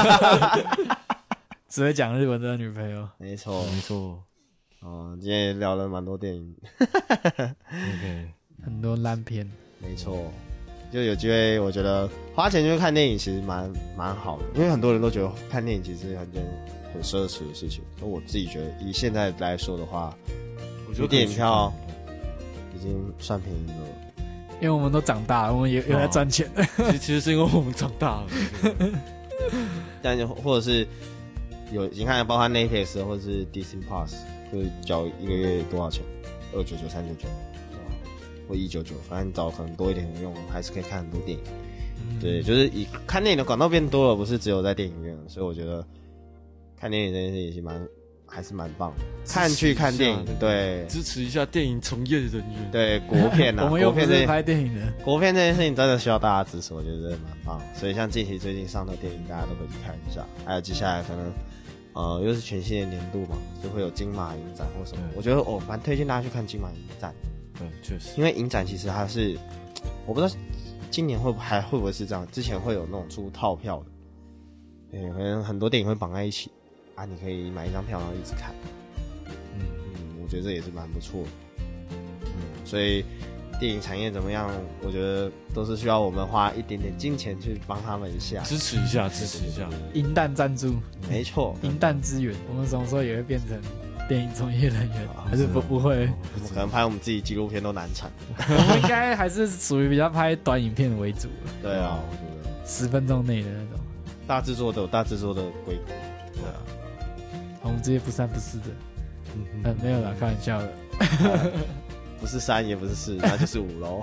只会讲日文的女朋友。 没错没错。 哦，今天也聊了蛮多电影， OK， 很多烂片。 没错，就有机会，我觉得花钱去看电影其实蛮好的，因为很多人都觉得看电影其实是很奢侈的事情，而我自己觉得以现在来说的话， 我觉得电影票已经算便宜了。 因为我们都长大了，我们也有在赚钱。 其实是因为我们长大了， 但或者是你看，包括 Netflix 或者是 Disney Plus， 就是缴一个月多少钱？299、399，或199，反正找可能多一点的用，还是可以看很多电影。对，就是以看电影的管道变多了，不是只有在电影院，所以我觉得看电影这件事情还是蛮棒的。去看电影，对， 支持一下电影从业人员。 对，国片啊， 我们又不是拍电影的， 国片这件事情真的需要大家支持，我觉得真的蛮棒。所以像近期最近上的电影，大家都可以去看一下。还有接下来可能又是全新的年度嘛，就会有金马影展或什么。我觉得我蛮推荐大家去看金马影展。 对，确实， 因为影展其实它是，我不知道今年会不会是这样，之前会有那种出套票的，对，可能很多电影会绑在一起啊，你可以买一张票然后一直看。我觉得这也是蛮不错的。所以电影产业怎么样？我觉得都是需要我们花一点点金钱去帮他们一下， 支持一下，支持一下。 银弹赞助， 没错， 银弹资源，我们什么时候也会变成电影从业人员？还是不会？ 我们可能拍我们自己纪录片都难产。 我们应该还是属于比较拍短影片为主。 对啊，我觉得 10分钟内的那种大制作的有大制作的规格。对啊， 我们这些不三不四的。没有啦，开玩笑的。 不是3也不是4，那就是5咯。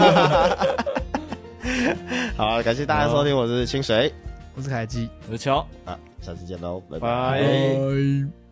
好，感谢大家收听，我是清水， 我是凯基， 我是乔， 下次见喽，拜拜拜。 拜。